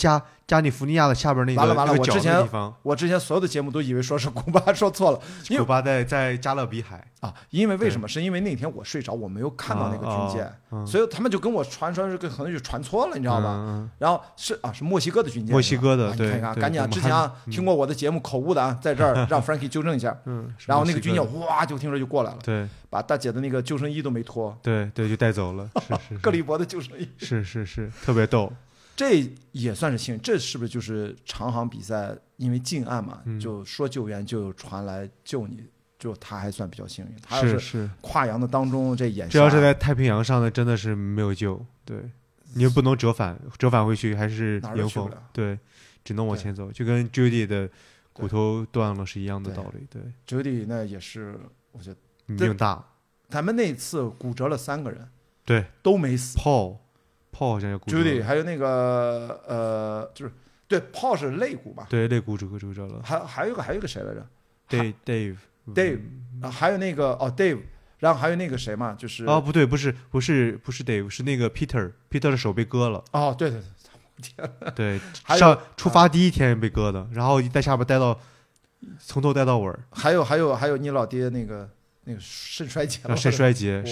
加利福尼亚的下边那个完了， 那个角的地方。 我之前所有的节目都以为说是古巴，说错了。 古巴在加勒比海啊，因为什么？是因为那天我睡着，我没有看到那个军舰，所以他们就跟我传说是可能就传错了，你知道吧？然后是墨西哥的军舰， 墨西哥的，对， 你看看，赶紧啊！之前听过我的节目口误的啊，在这儿让 Frankie 纠正一下。然后那个军舰哇，就听说就过来了， 对， 把大姐的那个救生衣都没脱， 对，就带走了，是格里伯的救生衣， 是，特别逗。 这也算是幸运，这是不是就是长航比赛？因为近岸嘛，就说救援就有船来救你，就他还算比较幸运。他要是跨洋的当中这眼下， 这要是在太平洋上的，真的是没有救。对，你又不能折返回去还是迎风，对，只能往前走，就跟 Judy 的骨头断了是一样的道理。对 ，Judy 那也是，我觉得命大。 咱们那次骨折了3个人， 对， 都没死。 Paul 好像也骨折了 ，Judy 还有那个就是对 Paul 是肋骨吧？ 对，肋骨折了。 还有一个谁来着 ？Dave， 还有那个Dave，然后还有那个谁嘛，就是不对，不是 Dave， 是那个 Peter 的手被割了。 哦，对， 对，出发第一天被割的，然后在下边从头待到尾。 还有你老爹那个肾衰竭了， 是，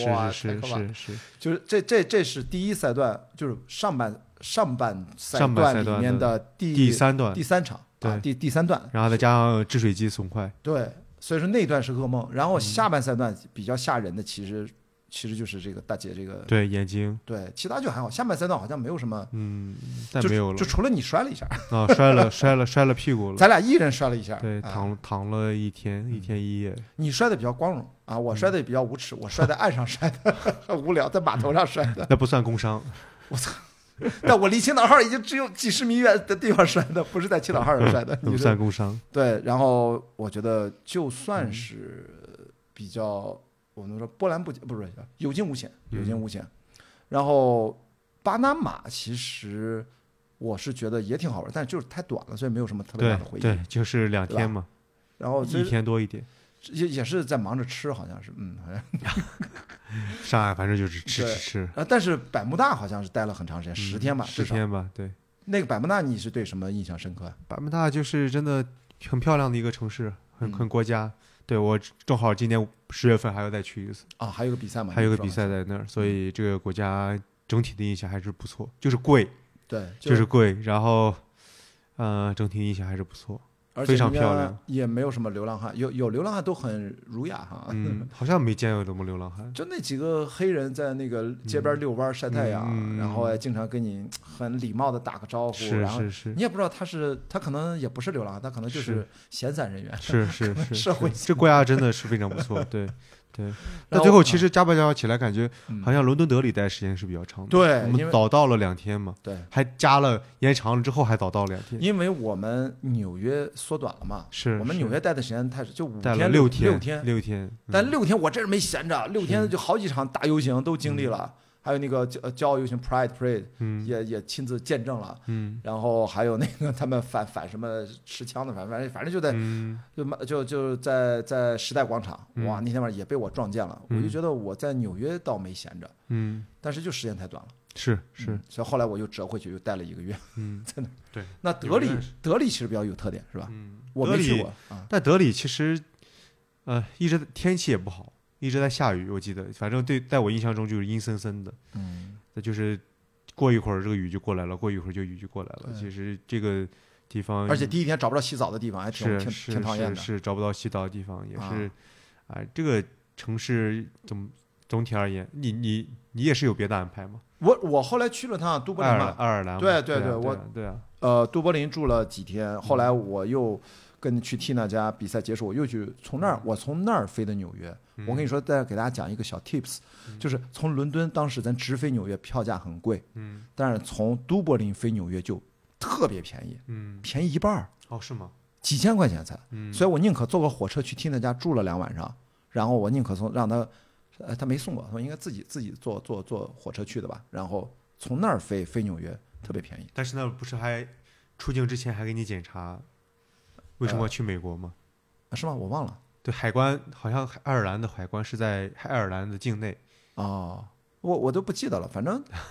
就是这是第一赛段，就是上半赛段里面的第三场， 对， 第3段， 然后再加上治水机损坏， 对，所以说那段是噩梦。然后下半赛段比较吓人的，其实就是这个大姐这个对眼睛， 对，其他就还好。下半赛段好像没有什么， 但没有了， 就除了你摔了一下啊，摔了屁股了， 咱俩一人摔了一下， 对，躺了一天一夜。 你摔的比较光荣啊，我摔的比较无耻，我摔在岸上摔的，很无聊，在码头上摔的， 那不算工伤。 我操！但我离青岛号已经只有几十米远的地方摔的，不是在青岛号上摔的， 那不算工伤。 对，然后我觉得就算是比较。我们说波澜不惊，不是有惊无险，然后巴拿马其实我是觉得也挺好玩，但是就是太短了，所以没有什么特别大的回忆。 对，就是2天嘛， 然后 1天多一点， 也是在忙着吃，好像是，好像。 上海反正就是吃。 但是百慕大好像是待了很长时间，10天吧 ，10天吧，对。 那个百慕大你是对什么印象深刻？ 百慕大就是真的很漂亮的一个城市，很国家。对，我正好今年10月份还要再去一次啊，还有个比赛嘛， 还有个比赛在那儿，所以这个国家整体的印象还是不错，就是贵， 对， 就是贵，然后整体印象还是不错，非常漂亮， 也没有什么流浪汉，有流浪汉都很儒雅哈， 好像没见过什么流浪汉， 就那几个黑人在那个街边遛弯晒太阳，然后经常跟你很礼貌的打个招呼，然后你也不知道他可能也不是流浪汉，他可能就是闲散人员， 是社会， 这国家真的是非常不错，对。但最后其实加班起来，感觉好像伦敦德里待时间是比较长的。 对， 我们早到了2天嘛， 对， 还延长了之后还早到2天。 因为我们纽约缩短了嘛， 是我们纽约待的时间就5天， 待了6天， 但6天我真是没闲着，6天就好几场大游行都经历了。还有那个骄傲游行 Pride Parade，也亲自见证了，然后还有那个他们反什么持枪的，反正就在就在时代广场，哇，那天晚上也被我撞见了，我就觉得我在纽约倒没闲着，但是就时间太短了， 是， 所以后来我又折回去，又待了1个月，在那。 对， 那德里其实比较有特点，是吧？我没去过， 但德里其实一直天气也不好。一直在下雨，我记得，反正在我印象中就是阴森森的，那就是过一会儿这个雨就过来了，过一会儿就雨就过来了。其实这个地方， 而且第一天找不着洗澡的地方，还挺讨厌的。 是找不到洗澡的地方，也是，这个城市总体而言，你也是有别的安排吗？ 我后来去了趟都柏林嘛， 爱尔兰， 对， 我都柏林住了几天，后来我又去踢那家比赛结束，我又去我从那儿飞的纽约。我跟你说，再给大家讲一个小 tips，就是从伦敦当时咱直飞纽约票价很贵，但是从都柏林飞纽约就特别便宜，便宜1半。 哦，是吗？ 几千块钱才，所以我宁可坐个火车去踢那家住了2晚上，然后我宁可让他没送我，他应该自己坐火车去的吧，然后从那儿飞纽约特别便宜。 但是那不是还出境之前还给你检查为什么要去美国吗？ 是吗？我忘了。 对，海关好像爱尔兰的海关是在爱尔兰的境内。 哦，我都不记得了，反正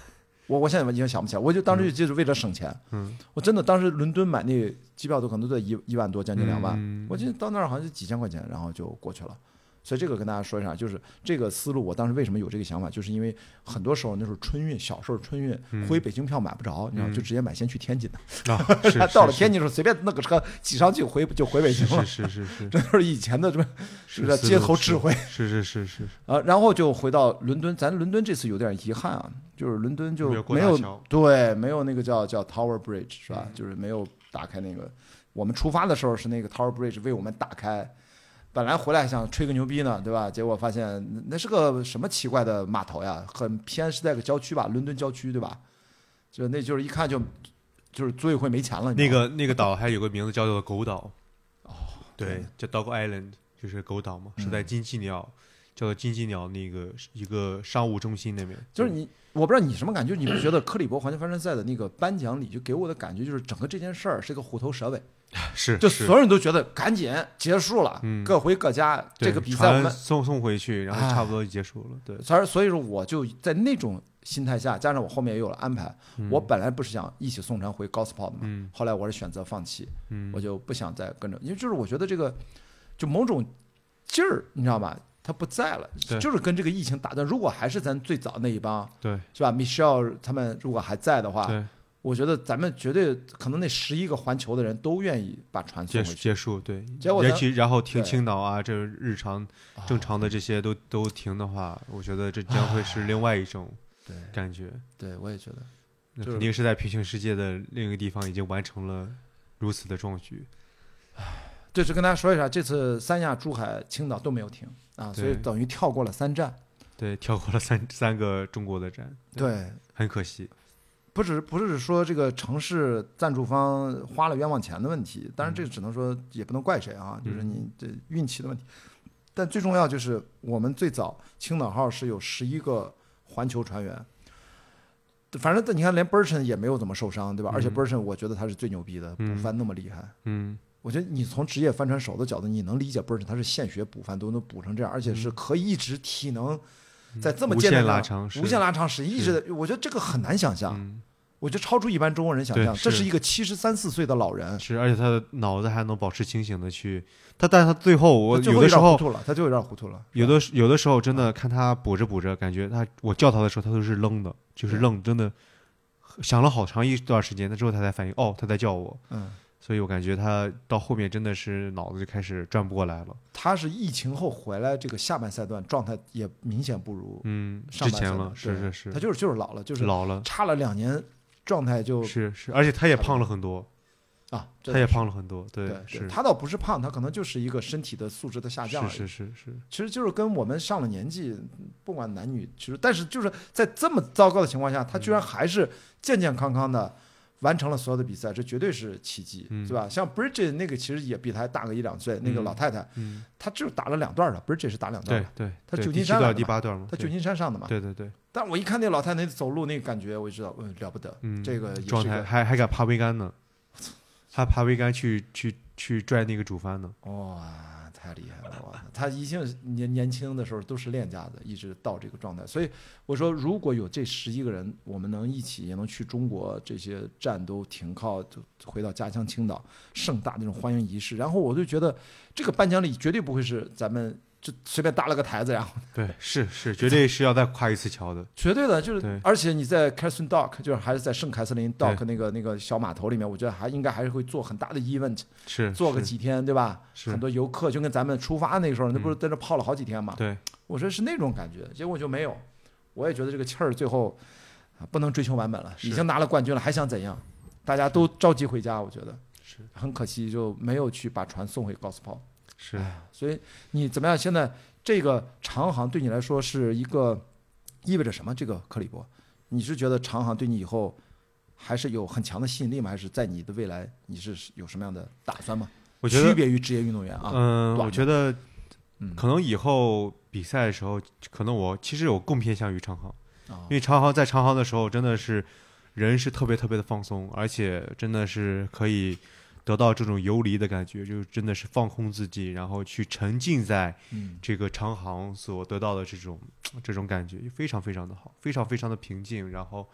我现在已经想不起来，我就当时就是为了省钱，我真的当时伦敦买那机票都可能都在1万多，将近2万，我记得到那儿好像就几千块钱，然后就过去了。所以这个跟大家说一下，就是这个思路，我当时为什么有这个想法，就是因为很多时候那时候春运，小时候春运回北京票买不着，你知道，就直接买先去天津的，到了天津的时候随便弄个车挤上去就回北京了， 是， 这都是以前的街头智慧， 是然后就回到伦敦，咱伦敦这次有点遗憾啊，就是伦敦就没有那个叫 Tower Bridge 是吧？就是没有打开那个，我们出发的时候是那个 Tower Bridge 为我们打开。本来回来想吹个牛逼呢，对吧？结果发现那是个什么奇怪的码头呀，很偏，是在个郊区吧，伦敦郊区，对吧？就是一看就是组委会没钱了。 那个岛还有个名字叫做狗岛，对，叫 Dog Island， 就是狗岛嘛，是在金鸡鸟，叫做金鸡鸟那个一个商务中心那边。 就是我不知道你什么感觉，你不觉得克里伯环球帆船赛的那个颁奖礼就给我的感觉就是整个这件事儿是个虎头蛇尾。就所有人都觉得赶紧结束了，各回各家，这个比赛我们送回去，然后差不多就结束了。对， 所以说我就在那种心态下，加上我后面也有了安排，我本来不是想一起送船回 Gosport 的嘛，后来我是选择放弃，我就不想再跟着，因为就是我觉得这个就某种劲儿，你知道吧？它不在了，就是跟这个疫情打断。如果还是咱最早那一帮， 对， 是吧 ？Michelle 他们如果还在的话， 对。 我觉得咱们绝对可能那11个环球的人都愿意把船送回去结束，对。 结果然后停青岛啊，这日常正常的这些都停的话，我觉得这将会是另外一种感觉。 对，我也觉得， 那肯定是在平行世界的另一个地方已经完成了如此的壮举。 对，是跟大家说一下，这次三亚、珠海、青岛都没有停啊，所以等于跳过了3站。 对，跳过了三个中国的站。 对， 很可惜。 不是说这个城市赞助方花了冤枉钱的问题，当然这个只能说也不能怪谁啊，就是你这运气的问题。但最重要就是我们最早青岛号是有11个环球船员，反正你看连 Burton 也没有怎么受伤，对吧？而且 Burton 我觉得他是最牛逼的，补帆那么厉害。我觉得你从职业帆船手的角度，你能理解 Burton 他是现学补帆都能补成这样，而且是可以一直体能在这么艰难无限拉长时一直的，我觉得这个很难想象。我觉得超出一般中国人想象，这是一个73、74岁的老人， 是，而且他的脑子还能保持清醒的去，但是他最后有的时候他就有点糊涂了， 有的时候真的看他补着，感觉我叫他的时候他都是愣的，就是愣，真的想了好长一段时间，那之后他才反应，他在叫我，所以我感觉他到后面真的是脑子就开始转不过来了。 他是疫情后回来，这个下半赛段状态也明显不如上半赛段之前了，是， 他就是老了，就是老了， 差了2年。状态是，而且他也胖了很多啊， 他也胖了很多，对，是他倒不是胖，他可能就是一个身体的素质的下降， 是， 其实就是跟我们上了年纪，不管男女，其实但是就是在这么糟糕的情况下，他居然还是健健康康的完成了所有的比赛，这绝对是奇迹，对吧？像 Bridget 那个其实也比他大个1-2岁，那个老太太，她只有打了2段的 ，Bridget 是打2段的， 对， 她旧金山来的， 第8段嘛， 她旧金山上的嘛， 对。 但我一看那老太太走路那个感觉，我就知道，了不得，这个状态还敢爬桅杆呢，还爬桅杆去拽那个主帆呢， 哇，太厉害了！哇，他一定年轻的时候都是练家的，一直到这个状态。所以我说，如果有这11个人，我们能一起也能去中国这些站都停靠，就回到家乡青岛，盛大那种欢迎仪式。然后我就觉得，这个颁奖礼绝对不会是咱们就随便搭了个台子，然后对，是，绝对是要再跨一次桥的， 绝对的，就是，而且你在 Catherine Dock， 就是还是在圣凯瑟琳 Dock 那个小码头里面，我觉得应该还是会做很大的 event， 是做个几天，对吧？ 是很多游客就跟咱们出发那个时候，那不是在这泡了好几天嘛？ 对， 我说是那种感觉，结果就没有。我也觉得这个气儿最后不能追求完本了，已经拿了冠军了，还想怎样？大家都着急回家，我觉得是很可惜，就没有去把船送回高斯泡。 是， 所以你怎么样？现在这个长航对你来说是一个意味着什么？这个克里伯，你是觉得长航对你以后还是有很强的吸引力吗？还是在你的未来你是有什么样的打算吗？ 我觉得区别于职业运动员啊， 我觉得可能以后比赛的时候，可能我其实我更偏向于长航，因为在长航的时候真的是人是特别特别的放松，而且真的是可以得到这种游离的感觉，就真的是放空自己，然后去沉浸在这个长航所得到的这种感觉，非常非常的好，非常非常的平静，然后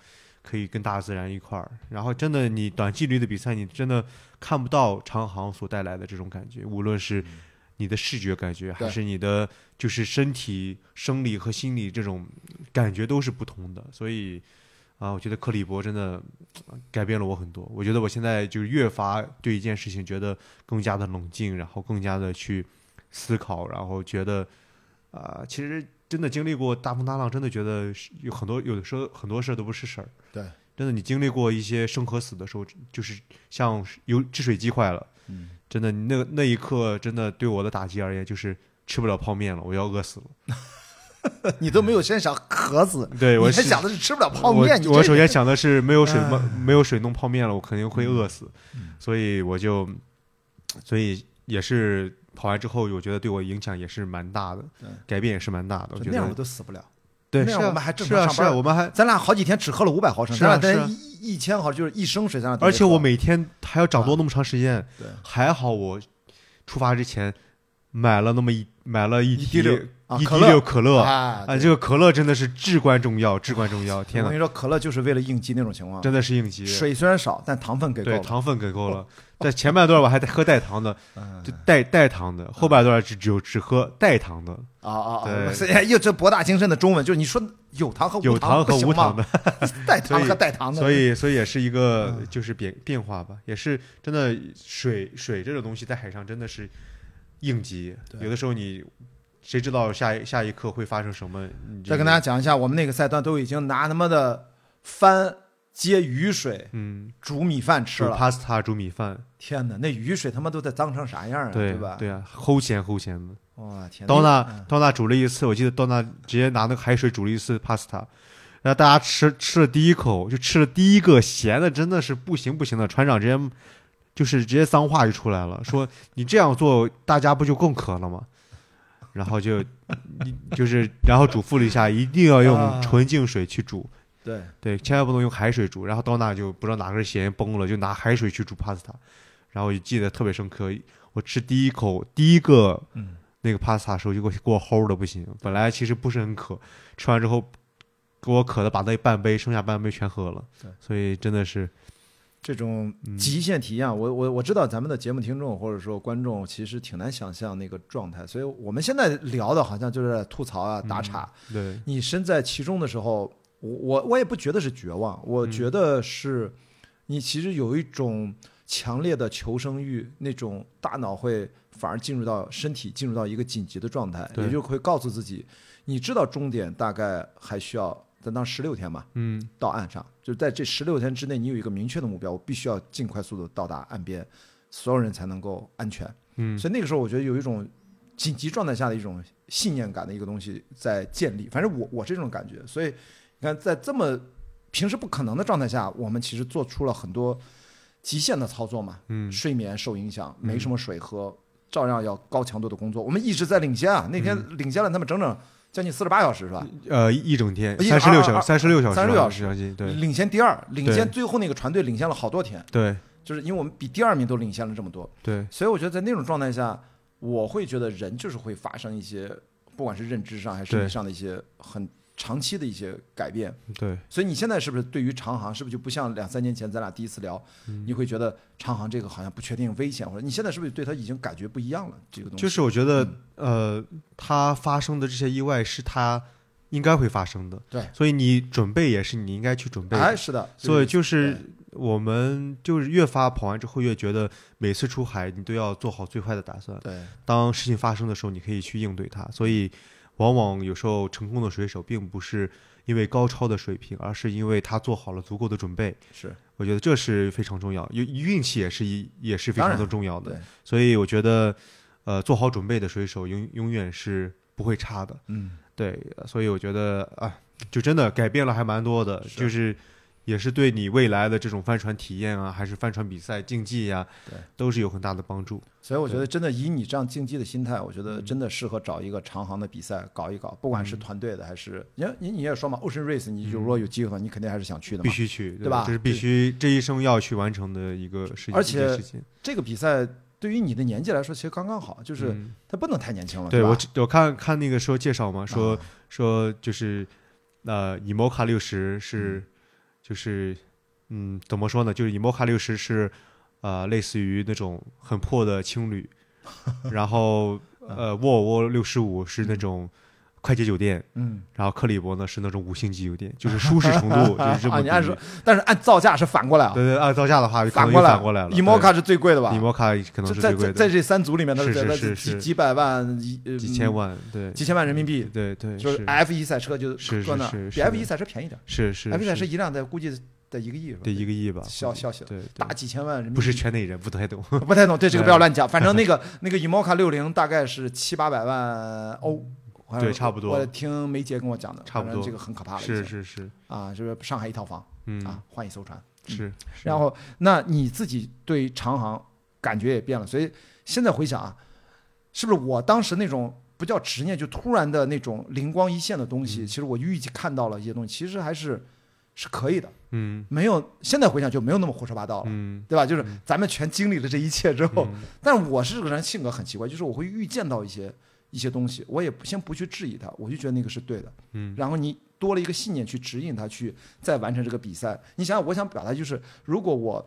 可以跟大自然一块儿。然后真的，你短距离的比赛，你真的看不到长航所带来的这种感觉，无论是你的视觉感觉，还是你的就是身体生理和心理这种感觉都是不同的。所以我觉得克里伯真的改变了我很多。我觉得我现在就是越发对一件事情觉得更加的冷静，然后更加的去思考，然后觉得其实真的经历过大风大浪，真的觉得有的时候很多事都不是事儿。 对， 真的你经历过一些生和死的时候，就是像制水机坏了，真的那一刻真的对我的打击而言就是吃不了泡面了，我要饿死了。 你都没有先想渴死， 对，我还想的是吃不了泡面。 我首先想的是没有水弄泡面了，我肯定会饿死。所以也是跑完之后，我觉得对我影响也是蛮大的，改变也是蛮大的。我觉得那样我都死不了。 对， 那样我们还正常上班。 我们还咱俩好几天只喝了500毫升，咱俩1000毫就是1升水，咱俩。 而且我每天还要掌舵那么长时间， 对， 还好我出发之前买了一滴 1.6 可乐这个可乐真的是至关重要。天哪！ 我跟你说，可乐就是为了应急那种情况， 真的是应急。 水虽然少，但糖分给够了。 对，糖分给够了。在前半段我还喝带糖的，就带糖的；后半段只喝带糖的。 对，又这博大精深的中文，就是你说有糖和无糖的， 带糖和带糖的。 所以也是一个就是变化吧，也是真的水这种东西在海上真的是应急，有的时候你。谁知道下一刻会发生什么？ 再跟大家讲一下，我们那个赛段都已经拿他妈的帆接雨水，煮米饭吃了 ，pasta 煮米饭。 天哪，那雨水他妈都得脏成啥样啊？对吧？ 对啊，齁咸的。 哇天！ 刀娜煮了一次，我记得刀娜直接拿那个海水煮了一次 pasta， 然后大家吃了第一口，就吃了第一个咸的，真的是不行的。船长直接脏话就出来了，说你这样做，大家不就更渴了吗？然后然后嘱咐了一下，一定要用纯净水去煮。对，千万不能用海水煮。然后刀娜就不知道哪根弦崩了，就拿海水去煮 pasta。然后我就记得特别深刻，我吃第一个那个 pasta 的时候就给我齁的不行。本来其实不是很渴，吃完之后给我渴的把那剩下半杯全喝了。所以真的是。 这种极限体验，我知道咱们的节目听众或者说观众其实挺难想象那个状态，所以我们现在聊的好像就是在吐槽打岔。 对， 你身在其中的时候，我也不觉得是绝望，我觉得是你其实有一种强烈的求生欲，那种大脑会反而身体进入到一个紧急的状态，也就会告诉自己，你知道终点大概还需要。咱当16天嘛，到岸上，就在这16天之内，你有一个明确的目标，我必须要尽快速度到达岸边，所有人才能够安全。所以那个时候，我觉得有一种紧急状态下的一种信念感的一个东西在建立。反正我是这种感觉。所以你看，在这么平时不可能的状态下，我们其实做出了很多极限的操作嘛。睡眠受影响，没什么水喝，照样要高强度的工作。我们一直在领先啊，那天领先了他们整整。将近48小时是吧？ 一整天36小时，对， 领先第二，领先最后那个船队领先了好多天。 对， 就是因为我们比第2名都领先了这么多。 对， 所以我觉得在那种状态下，我会觉得人就是会发生一些，不管是认知上还是身体上的一些很长期的一些改变。 对， 所以你现在是不是对于长航，是不是就不像2-3年前咱俩第一次聊，你会觉得长航这个好像不确定、危险，或者你现在是不是对它已经感觉不一样了？这个东西就是我觉得，它发生的这些意外是它应该会发生的。 对， 所以你准备也是你应该去准备的。 是的。 所以就是我们就是越发跑完之后，越觉得每次出海你都要做好最坏的打算。 对， 当事情发生的时候，你可以去应对它。所以往往有时候成功的水手并不是因为高超的水平，而是因为他做好了足够的准备。 是， 我觉得这是非常重要，运气也是非常的重要的。 对， 所以我觉得，做好准备的水手永远是不会差的。对，所以我觉得就真的改变了还蛮多的，就是也是对你未来的这种帆船体验啊，还是帆船比赛竞技呀，都是有很大的帮助。 所以我觉得真的以你这样竞技的心态，我觉得真的适合找一个长航的比赛搞一搞，不管是团队的还是你也说嘛 ，Ocean Race， 你如果有机会的话，你肯定还是想去的嘛， 必须去， 对吧？ 这是必须这一生要去完成的一个事情。 而且这个比赛对于你的年纪来说，其实刚刚好，就是它不能太年轻了。 对，我看那个说介绍嘛，说就是以摩卡60是就是怎么说呢？就是 IMOCA 60是类似于那种很破的青旅，然后沃尔沃65是那种快捷酒店，然后克里伯呢是那种5星级酒店，就是舒适程度就是这么你按说，但是按造价是反过来啊。 对，按造价的话反过来了。 IMOCA 是最贵的吧 ？IMOCA 可能是最贵的， 在这3组里面都是几百万、 几千万，对， 几千万人民币， 对， 就是 F1 赛车就搁那，比 F1 赛车便宜点， 是 F1 赛车一辆估计得1个亿是吧？ 对，1个亿吧， 消息对， 大几千万人民币， 不是圈内人不太懂， 对这个不要乱讲，反正那个 IMOCA 60大概是700-800万欧。 对，差不多。 我听梅姐跟我讲的， 差不多， 这个很可怕了。 是啊，就是上海一套房，换一艘船。 是。 然后，那你自己对长航感觉也变了，所以现在回想啊，是不是我当时那种不叫执念，就突然的那种灵光一现的东西，其实我预计看到了一些东西，其实还是可以的。没有，现在回想就没有那么胡说八道了，对吧？就是咱们全经历了这一切之后，但我是这个人性格很奇怪，就是我会预见到一些东西，我也先不去质疑它，我就觉得那个是对的。然后你多了一个信念去指引他去再完成这个比赛。你想想，我想表达就是，如果我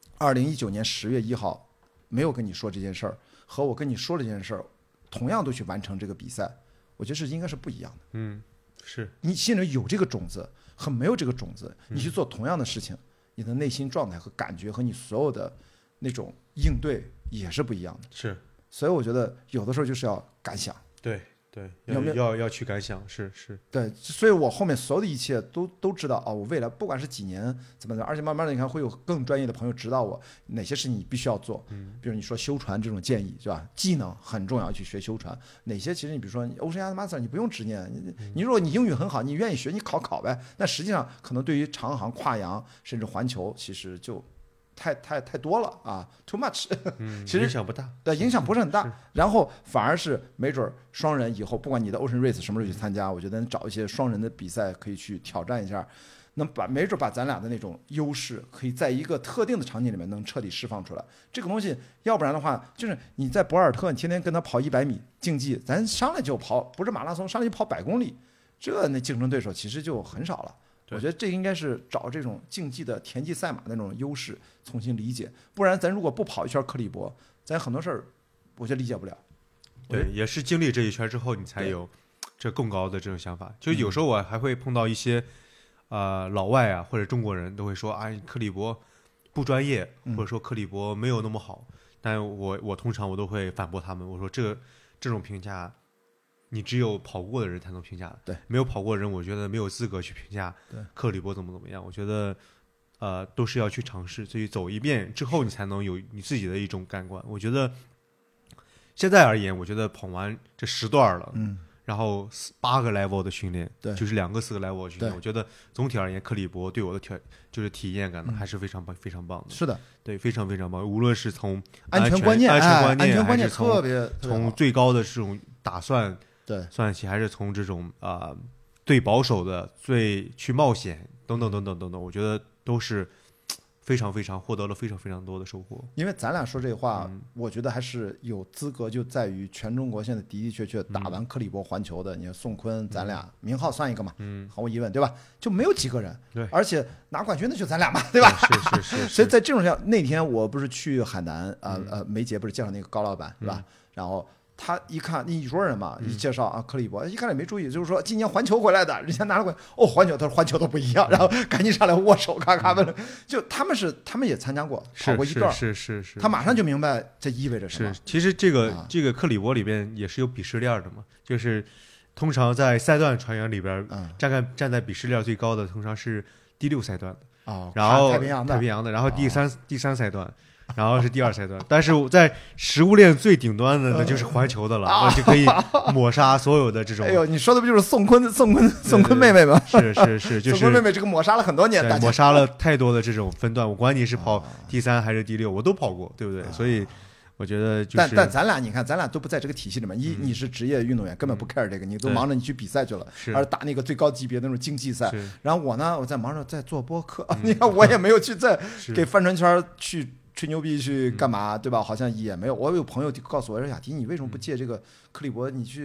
2019年10月1号没有跟你说这件事儿，和我跟你说这件事儿，同样都去完成这个比赛，我觉得应该是不一样的。 是你心里有这个种子和没有这个种子，你去做同样的事情，你的内心状态和感觉和你所有的那种应对也是不一样的。 是。 所以我觉得有的时候就是要敢想， 对，要去敢想，是， 对，所以我后面所有的一切都知道我未来不管是几年怎么的，而且慢慢的你看会有更专业的朋友指导我哪些事情你必须要做，比如你说修船这种建议是吧？技能很重要，去学修船，哪些其实你比如说Ocean Master 你不用执念，你如果你英语很好，你愿意学你考呗，但实际上可能对于长航、跨洋甚至环球，其实就太多了啊 ，too much， 其实影响不大， 对，影响不是很大，然后反而是没准双人以后不管你的 Ocean Race 什么时候去参加，我觉得找一些双人的比赛可以去挑战一下，没准把咱俩的那种优势可以在一个特定的场景里面能彻底释放出来。这个东西，要不然的话，就是你在博尔特，你天天跟他跑100米竞技，咱上来就跑，不是马拉松，上来就跑100公里，那竞争对手其实就很少了。我觉得这应该是找这种竞技的田忌赛马那种优势重新理解，不然咱如果不跑一圈克里伯，咱很多事儿我觉得理解不了。 对，也是经历这一圈之后，你才有这更高的这种想法。就有时候我还会碰到一些老外啊或者中国人都会说克里伯不专业，或者说克里伯没有那么好，但我通常都会反驳他们，我说这种评价。你只有跑过的人才能评价， 对， 没有跑过的人，我觉得没有资格去评价克里伯怎么样。我觉得，都是要去尝试，所以走一遍之后，你才能有你自己的一种感官。我觉得现在而言，我觉得跑完这10段了，然后8个 level 的训练， 对， 就是2个4个 level 的训练，我觉得总体而言，克里伯对我的就是体验感还是非常棒，非常棒的。 是的， 对，非常非常棒。无论是从安全观念，特别从最高的这种打算。 对， 算起还是从这种最保守的、最去冒险等等等等等等，我觉得都是非常非常获得了非常非常多的收获。 因为咱俩说这话，我觉得还是有资格，就在于全中国现在的确打完克里伯环球的，你看宋坤，咱俩名浩算一个嘛，毫无疑问，对吧？就没有几个人， 对， 而且拿冠军的就咱俩嘛，对吧？ 是。 所以在这种情况，那天我不是去海南梅姐不是介绍那个高老板是吧？然后。他一看一桌人嘛，一介绍克里伯，一看也没注意，就是说今年环球回来的，人家拿了冠军，环球，他说环球都不一样，然后赶紧上来握手，咔咔问了，就他们也参加过，跑过一段， 是， 他马上就明白这意味着什么。 其实这个克里伯里边也是有鄙视链的嘛，就是通常在赛段船员里边，站在鄙视链最高的通常是第6赛段的，然后太平洋的，然后第三赛段。然后是第2赛段，但是在食物链最顶端的那就是环球的了，那就可以抹杀所有的这种。 哎呦，你说的不就是宋坤妹妹吗？ 是，就是宋坤妹妹这个抹杀了很多年， 抹杀了太多的这种分段。我管你是跑第3还是第6，我都跑过，对不对？所以我觉得就是。 但咱俩你看，咱俩都不在这个体系里面。你是职业运动员，根本不 care 这个，你都忙着你去比赛去了，而打那个最高级别的那种竞技赛。然后我呢，我在忙着在做播客，你看我也没有去在给帆船圈去。吹牛逼去干嘛，对吧？好像也没有。我有朋友告诉我说：“雅迪，你为什么不借这个克里伯，你去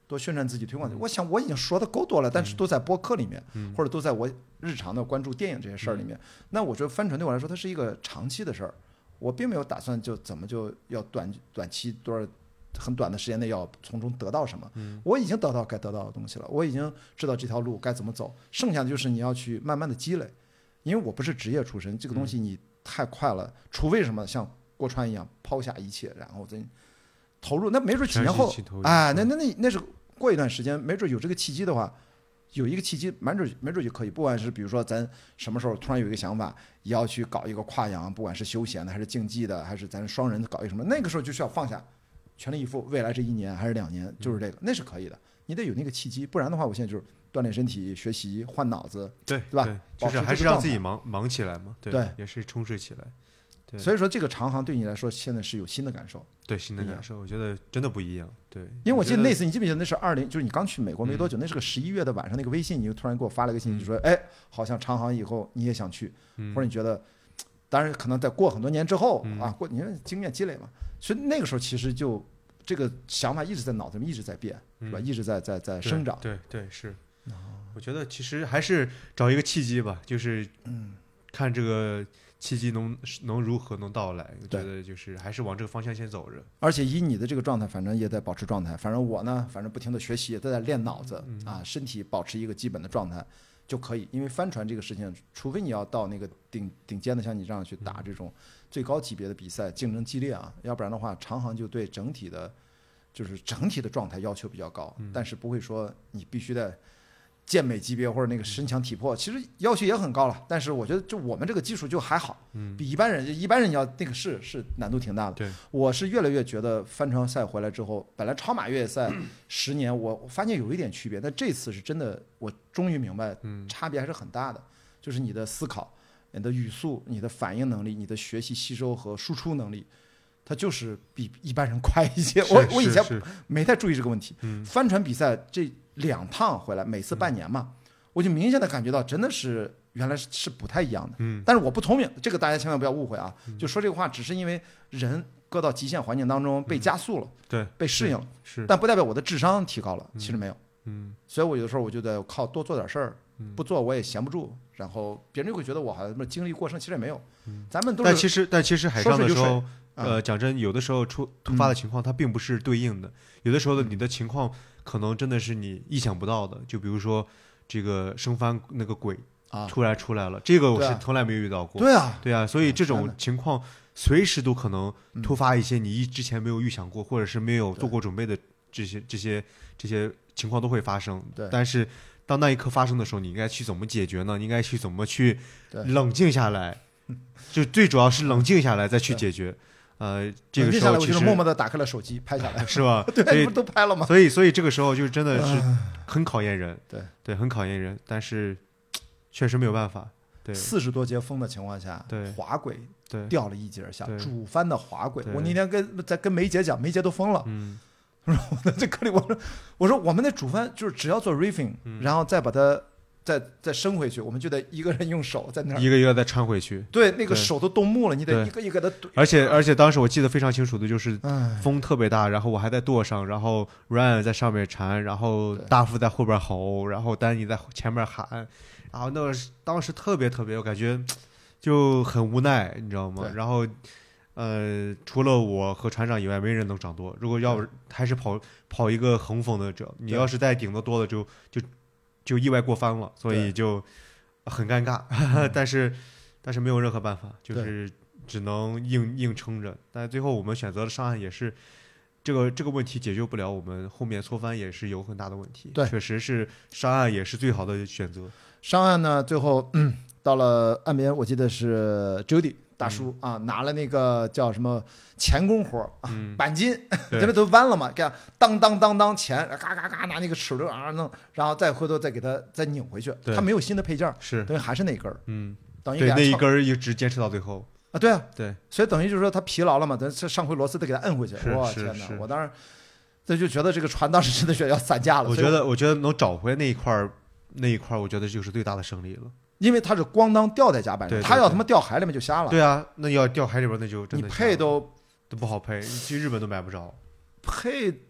多宣传自己推广。我想我已经说的够多了，但是都在播客里面，或者都在我日常的关注电影这些事儿里面。那我觉得帆船对我来说，它是一个长期的事儿，我并没有打算就怎么就要短期多少很短的时间内要从中得到什么。我已经得到该得到的东西了，我已经知道这条路该怎么走，剩下的就是你要去慢慢的积累。因为我不是职业出身，这个东西你太快了，除非什么像郭川一样抛下一切，然后再投入，那没准几年后，哎，那是过一段时间，没准有这个契机的话，有一个契机，没准就可以。不管是比如说咱什么时候突然有一个想法，也要去搞一个跨洋，不管是休闲的还是竞技的，还是咱双人搞一个什么，那个时候就需要放下，全力以赴，未来这1年还是2年，就是这个，那是可以的。你得有那个契机，不然的话，我现在就是锻炼身体、学习、换脑子， 对吧？ 就是还是让自己忙起来嘛， 对， 也是充实起来。对， 所以说这个长航对你来说现在是有新的感受， 对新的感受，我觉得真的不一样。对， 因为我记得那次，你记不记得那是就是你刚去美国没多久，那是个11月的晚上，那个微信你就突然给我发了个信息，说哎，好像长航以后你也想去，或者你觉得，当然可能在过很多年之后啊，你看经验积累嘛，所以那个时候其实就这个想法一直在脑子里面一直在变，是吧？一直在生长。 对是。我觉得其实还是找一个契机吧，就是看这个契机能如何能到来。我觉得就是还是往这个方向先走着。 而且以你的这个状态，反正也在保持状态。反正我呢，反正不停的学习，也都在练脑子啊，身体保持一个基本的状态就可以。因为帆船这个事情，除非你要到那个顶尖的，像你这样去打这种最高级别的比赛，竞争激烈啊，要不然的话，长航就对整体的状态要求比较高，但是不会说你必须得健美级别或者那个身强体魄，其实要求也很高了。但是我觉得就我们这个技术就还好，比一般人要那个是难度挺大的。 对， 我是越来越觉得帆船赛回来之后，本来超马越野赛10年我发现有一点区别，但这次是真的，我终于明白差别还是很大的，就是你的思考、你的语速、你的反应能力、你的学习吸收和输出能力。它就是比一般人快一些。我以前没太注意这个问题。帆船比赛这2趟回来，每次半年嘛，我就明显的感觉到真的是原来是不太一样的。但是我不聪明，这个大家千万不要误会啊。就说这个话，只是因为人搁到极限环境当中被加速了， 对， 被适应了， 是， 但不代表我的智商提高了，其实没有。所以我有的时候我就得靠多做点事儿，不做我也闲不住，然后别人就会觉得我好像什么精力过剩，其实也没有。咱们都是。 但其实海上的时候。讲真，有的时候突发的情况它并不是对应的，有的时候你的情况可能真的是你意想不到的，就比如说这个升帆那个轨突然出来了，这个我是从来没有遇到过。对啊，所以这种情况随时都可能突发一些你之前没有预想过或者是没有做过准备的这些情况都会发生。但是当那一刻发生的时候，你应该去怎么解决呢？你应该去怎么去冷静下来？就最主要是冷静下来再去解决。这个时候我就是默默地打开了手机拍下来， 是吧？ 对，不都拍了吗？ 所以这个时候就真的是很考验人，对，很考验人，但是确实没有办法。对 ，40多节风的情况下， 对， 滑轨掉了1节下，主帆的滑轨，我那天跟梅姐讲，梅姐都疯了。我说我在这课里，我说我们那主帆就是只要做 riffing，然后再把它。再升回去，我们就得一个人用手在那儿一个一个再穿回去。 对，那个手都冻木了，你得一个一个的怼。 而且当时我记得非常清楚的就是风特别大，然后我还在舵上，然后 Ryan 在上面缠，然后大副在后边吼，然后丹尼在前面喊，然后当时特别我感觉就很无奈，你知道吗？然后除了我和船长以外，没人能掌舵。如果要还是跑一个横风的者，你要是再顶得多了就意外过翻了，所以就很尴尬。但是没有任何办法，就是只能硬撑着。但最后我们选择了上岸，也是这个问题解决不了，我们后面错翻也是有很大的问题。 对， 确实是上岸也是最好的选择。 上岸呢，最后到了岸边，我记得是 Judy 大叔拿了那个叫什么钳工活钣金，这边都弯了嘛，给他当钳，嘎嘎嘎拿那个齿轮弄，然后再回头再给他再拧回去。他没有新的配件， 是等于还是那根儿，等于对那一根一直坚持到最后啊，对啊， 对， 所以等于就是说他疲劳了嘛，等上回螺丝得给他摁回去。哇天哪！我当时这就觉得这个船当时真的是要散架了。 我觉得能找回那一块，我觉得就是最大的胜利了。 因为他是咣当掉在甲板上，他要他妈掉海里面就瞎了。 对啊，那要掉海里边那就真的你配都不好配，去日本都买不着。 配，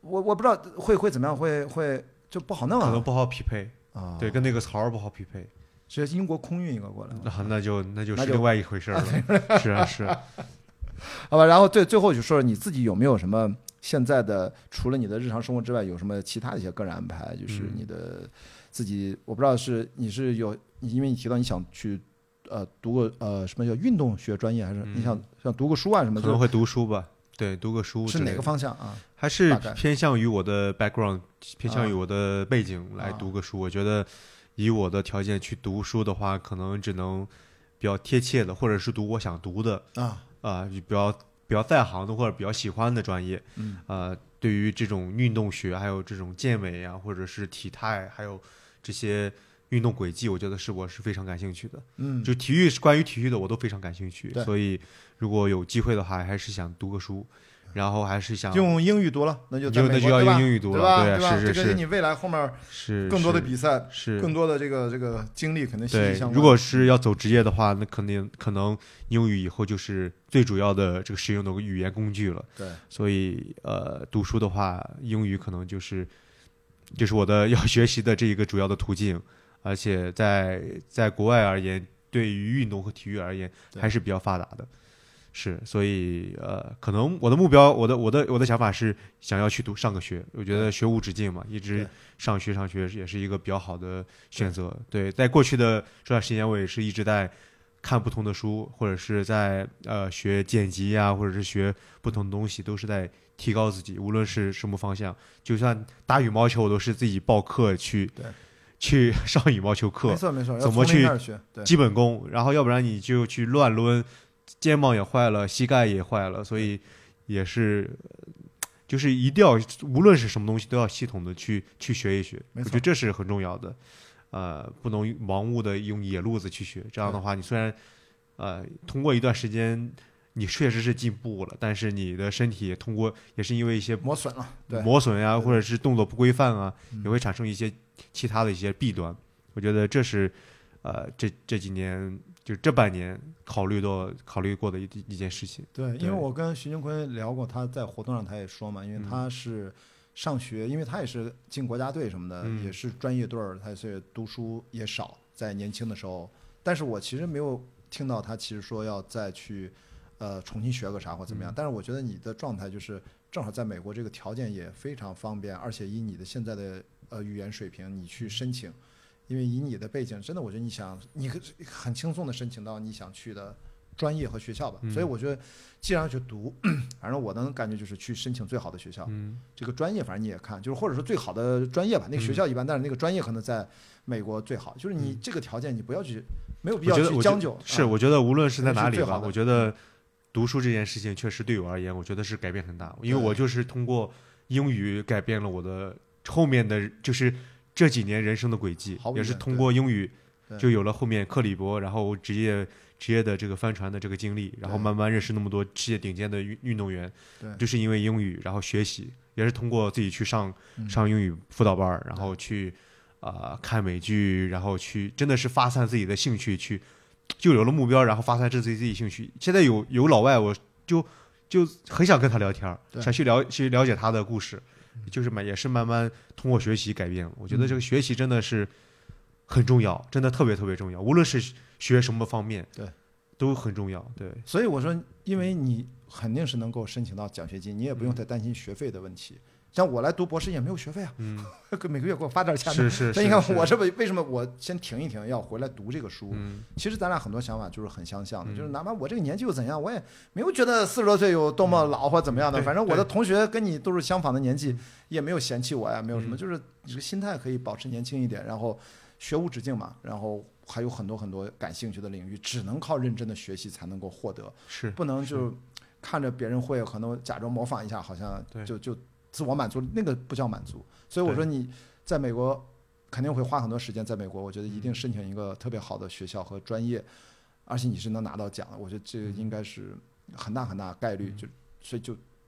我不知道会怎么样，会就不好弄啊， 可能不好匹配啊， 对，跟那个槽不好匹配。 是英国空运应该过来， 那就是另外一回事了。是啊，是啊。 好吧，然后最后就说说你自己有没有什么现在的除了你的日常生活之外，有什么其他的一些个人安排？就是你的自己，我不知道你是有，因为你提到你想去读个什么叫运动学专业，还是你想读个书啊什么的？ 可能会读书吧，对，读个书是哪个方向啊？ 还是偏向于我的 background， 偏向于我的背景来读个书。我觉得以我的条件去读书的话，可能只能比较贴切的，或者是读我想读的比较在行的或者比较喜欢的专业。对于这种运动学，还有这种健美啊，或者是体态，还有这些运动轨迹，我觉得我是非常感兴趣的。就关于体育的我都非常感兴趣，所以如果有机会的话，还是想读个书。然后还是想用英语读了，那就要用英语读了， 对吧？是。 这跟你未来后面是更多的比赛， 是更多的这个经历，肯定息息相关。 如果是要走职业的话，那可能英语以后就是最主要的这个使用的语言工具了。 对， 所以读书的话，英语可能就是我的要学习的这一个主要的途径，而且在国外而言，对于运动和体育而言还是比较发达的。是，所以可能我的目标，我的想法是想要去上个学。我觉得学无止境嘛，一直上学也是一个比较好的选择。对，在过去的这段时间，我也是一直在看不同的书，或者是在学剪辑啊，或者是学不同的东西，都是在提高自己，无论是什么方向。就算打羽毛球，我都是自己报课去上羽毛球课， 没错， 怎么去基本功，然后要不然你就去乱抡。肩膀也坏了，膝盖也坏了，所以也是，就是一定要，无论是什么东西都要系统的去学一学。我觉得这是很重要的，不能盲目的用野路子去学。这样的话，你虽然通过一段时间你确实是进步了，但是你的身体也是因为一些磨损了，对， 磨损呀，或者是动作不规范啊，也会产生一些其他的一些弊端。我觉得这是这几年。就这半年考虑过的一件事情。 对，因为我跟徐金坤聊过，他在活动上他也说嘛，因为他是上学，因为他也是进国家队什么的，也是专业队儿，他是读书也少，在年轻的时候。但是我其实没有听到他其实说要再去重新学个啥或怎么样。但是我觉得你的状态就是正好在美国这个条件也非常方便，而且以你的现在的语言水平，你去申请。因为以你的背景，真的，我觉得你很轻松的申请到你想去的专业和学校吧。所以我觉得，既然要去读，反正我能感觉就是去申请最好的学校。这个专业反正你也看，就是或者说最好的专业吧。那个学校一般，但是那个专业可能在美国最好。就是你这个条件，你不要去，没有必要去将就。 我觉得无论是在哪里吧，我觉得读书这件事情确实对我而言，我觉得是改变很大。因为我就是通过英语改变了我的后面的就是这几年人生的轨迹，也是通过英语就有了后面克里伯，然后职业的这个帆船的这个经历，然后慢慢认识那么多世界顶尖的运动员，就是因为英语，然后学习也是通过自己去上英语辅导班，然后去看美剧，然后去真的是发散自己的兴趣，就有了目标，然后发散自己兴趣。现在有老外，我就很想跟他聊天，想去了解他的故事。就是也是慢慢通过学习改变了。我觉得这个学习真的是很重要，真的特别特别重要，无论是学什么方面， 对， 都很重要。对， 所以我说，因为你肯定是能够申请到奖学金，你也不用再担心学费的问题。像我来读博士也没有学费啊，每个月给我发点钱。 是。 所以你看，我是为什么我先停一停，要回来读这个书？其实咱俩很多想法就是很相像的，就是哪怕我这个年纪又怎样，我也没有觉得40多岁有多么老或怎么样的。反正我的同学跟你都是相仿的年纪，也没有嫌弃我呀，没有什么，就是你这个心态可以保持年轻一点，然后学无止境嘛，然后还有很多很多感兴趣的领域，只能靠认真的学习才能够获得，不能就看着别人会，可能假装模仿一下，好像就自我满足，那个不叫满足。所以我说你在美国肯定会花很多时间，在美国我觉得一定申请一个特别好的学校和专业，而且你是能拿到奖的，我觉得这个应该是很大很大概率，所以就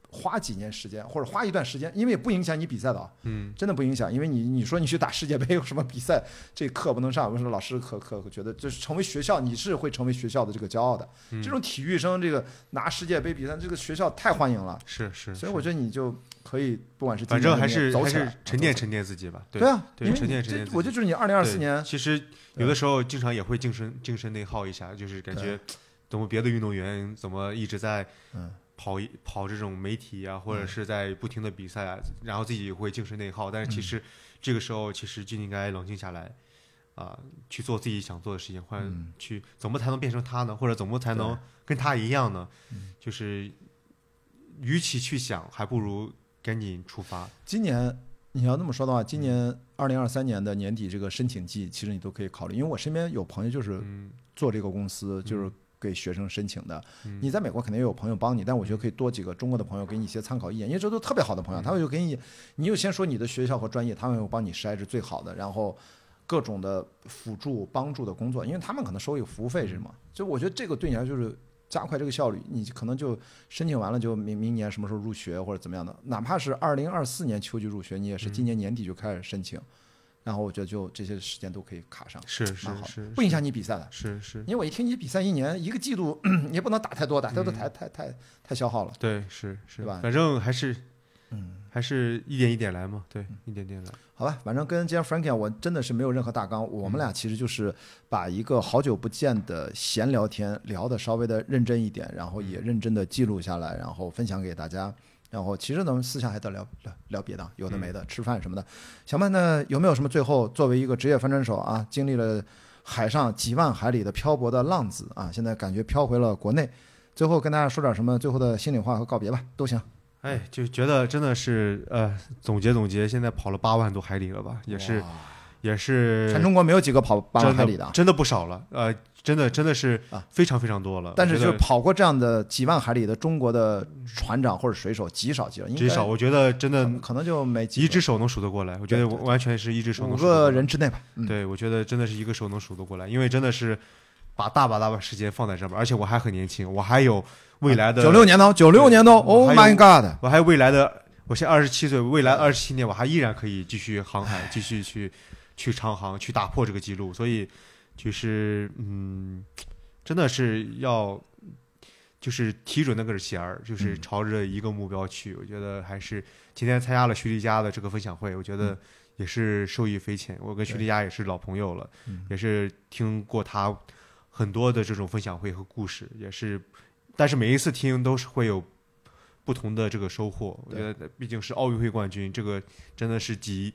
花几年时间或者花一段时间，因为也不影响你比赛的啊，真的不影响，因为你说你去打世界杯有什么比赛，这课不能上，为什么老师可觉得就是成为学校，你是会成为学校的这个骄傲的，这种体育生这个拿世界杯比赛，这个学校太欢迎了， 是， 所以我觉得你就可以不管是反正还是沉淀自己吧， 对啊， 对，沉淀自己， 我觉得就是你2024年， 其实有的时候经常也会精神内耗一下，就是感觉怎么别的运动员怎么一直在跑这种媒体啊，或者是在不停的比赛啊，然后自己会精神内耗。但是其实这个时候其实就应该冷静下来，去做自己想做的事情，或者去怎么才能变成他呢？或者怎么才能跟他一样呢？就是与其去想，还不如赶紧出发。 今年你要那么说的话，今年2023年的年底这个申请季，其实你都可以考虑，因为我身边有朋友就是做这个公司，就是给学生申请的，你在美国肯定有朋友帮你，但我觉得可以多几个中国的朋友给你一些参考意见，因为这都特别好的朋友，他们就给你，你就先说你的学校和专业，他们会帮你筛是最好的，然后各种的辅助帮助的工作，因为他们可能收一个服务费是吗？就我觉得这个对你来说就是加快这个效率，你可能就申请完了就明年什么时候入学或者怎么样的，哪怕是2024年秋季入学，你也是今年年底就开始申请。然后我觉得就这些时间都可以卡上， 是， 不影响你比赛的。 是， 因为我一听你比赛一年一个季度，你也不能打太多，太消耗了。 对，是， 对吧？ 反正还是一点一点来嘛，对，一点点来。 好吧，反正跟今天 Frankie 我真的是没有任何大纲，我们俩其实就是把一个好久不见的闲聊天聊得稍微的认真一点，然后也认真的记录下来，然后分享给大家。然后其实呢，私下还得聊别的，有的没的，吃饭什么的。小曼呢，有没有什么最后作为一个职业帆船手啊，经历了海上几万海里的漂泊的浪子啊，现在感觉飘回了国内，最后跟大家说点什么最后的心里话和告别吧，都行。 就觉得真的是总结，现在跑了8万多海里了吧，也是全中国没有几个跑8万海里的， 真的不少了，真的是非常非常多了。 但是就跑过这样的几万海里的中国的船长或者水手极少， 我觉得真的可能就没几个， 一只手能数得过来。我觉得完全是一只手能数得过来，5个人之内吧。 对，我觉得真的是一个手能数得过来，因为真的是把大把时间放在这边，而且我还很年轻，我还有未来的 96年的，Oh my God！ 我还有未来的，我现在27岁，未来27年我还依然可以继续航海，继续去长航，去打破这个记录。所以就是真的是要就是提准那个弦儿，就是朝着一个目标去。我觉得还是今天参加了徐丽佳的这个分享会，我觉得也是受益匪浅。我跟徐丽佳也是老朋友了，也是听过他很多的这种分享会和故事，也是，但是每一次听都是会有不同的这个收获。我觉得毕竟是奥运会冠军，这个真的是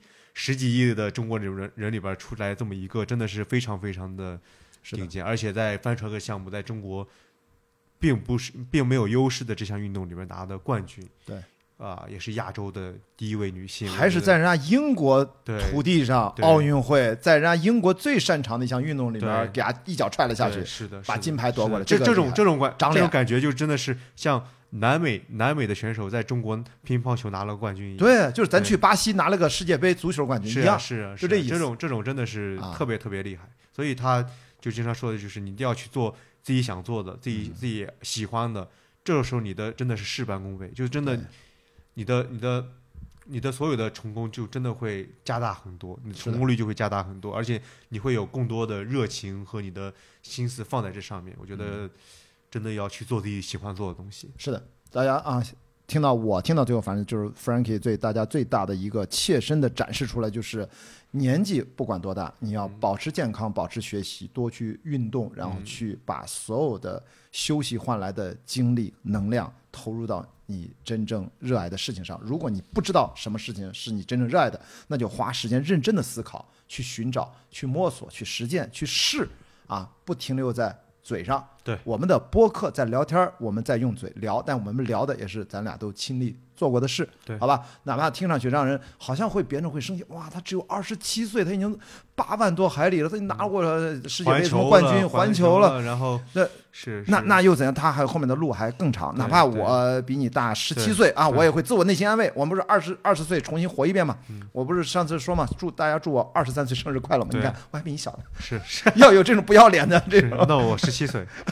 10几亿的中国人里边出来这么一个，真的是非常非常的顶尖，而且在帆船这个项目在中国并没有优势的这项运动里面拿的冠军。 对。 也是亚洲的第一位女性， 还是在人家英国土地上奥运会，在人家英国最擅长的一项运动里面给他一脚踹了下去， 是的， 把金牌夺过来。 这种感觉就真的是像南美的选手在中国乒乓球拿了冠军一样。 对，就是咱去巴西拿了个世界杯足球冠军一样， 是就这意思。 这种真的是特别特别厉害，所以他就经常说的就是你一定要去做自己想做的，自己喜欢的，这个时候你的真的是事半功倍，就真的。你的所有的成功就真的会加大很多，你的成功率就会加大很多，而且你会有更多的热情和你的心思放在这上面。我觉得真的要去做自己喜欢做的东西。 是的，大家听到最后，反正就是 Frankie 对大家最大的一个切身的展示出来，就是年纪不管多大，你要保持健康，保持学习，多去运动，然后去把所有的休息换来的精力能量投入到你真正热爱的事情上。如果你不知道什么事情是你真正热爱的，那就花时间认真的思考，去寻找，去摸索，去实践，去试不停留在嘴上。 对， 我们的播客在聊天，我们在用嘴聊，但我们聊的也是咱俩都亲历做过的事， 对， 好吧？哪怕听上去让人好像别人会生气，哇，他只有27岁，他已经8万多海里了，他拿过世界杯什么冠军，环球了， 然后那又怎样？他还有后面的路还更长。哪怕我比你大17岁我也会自我内心安慰。我们不是20岁重新活一遍吗？我不是上次说嘛，大家祝我23岁生日快乐嘛？你看我还比你小呢， 是要有这种不要脸的这种。 那我17岁。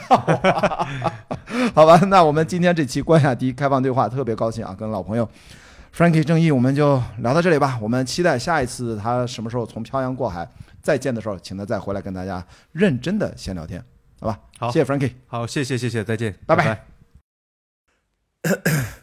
好吧，那我们今天这期关雅迪开放对话特别高兴啊，跟老朋友 Frankie 正义我们就聊到这里吧。我们期待下一次他什么时候从漂洋过海再见的时候，请他再回来跟大家认真的闲聊天，好吧？ 好， 谢谢 Frankie， 好，谢谢，再见， 拜拜。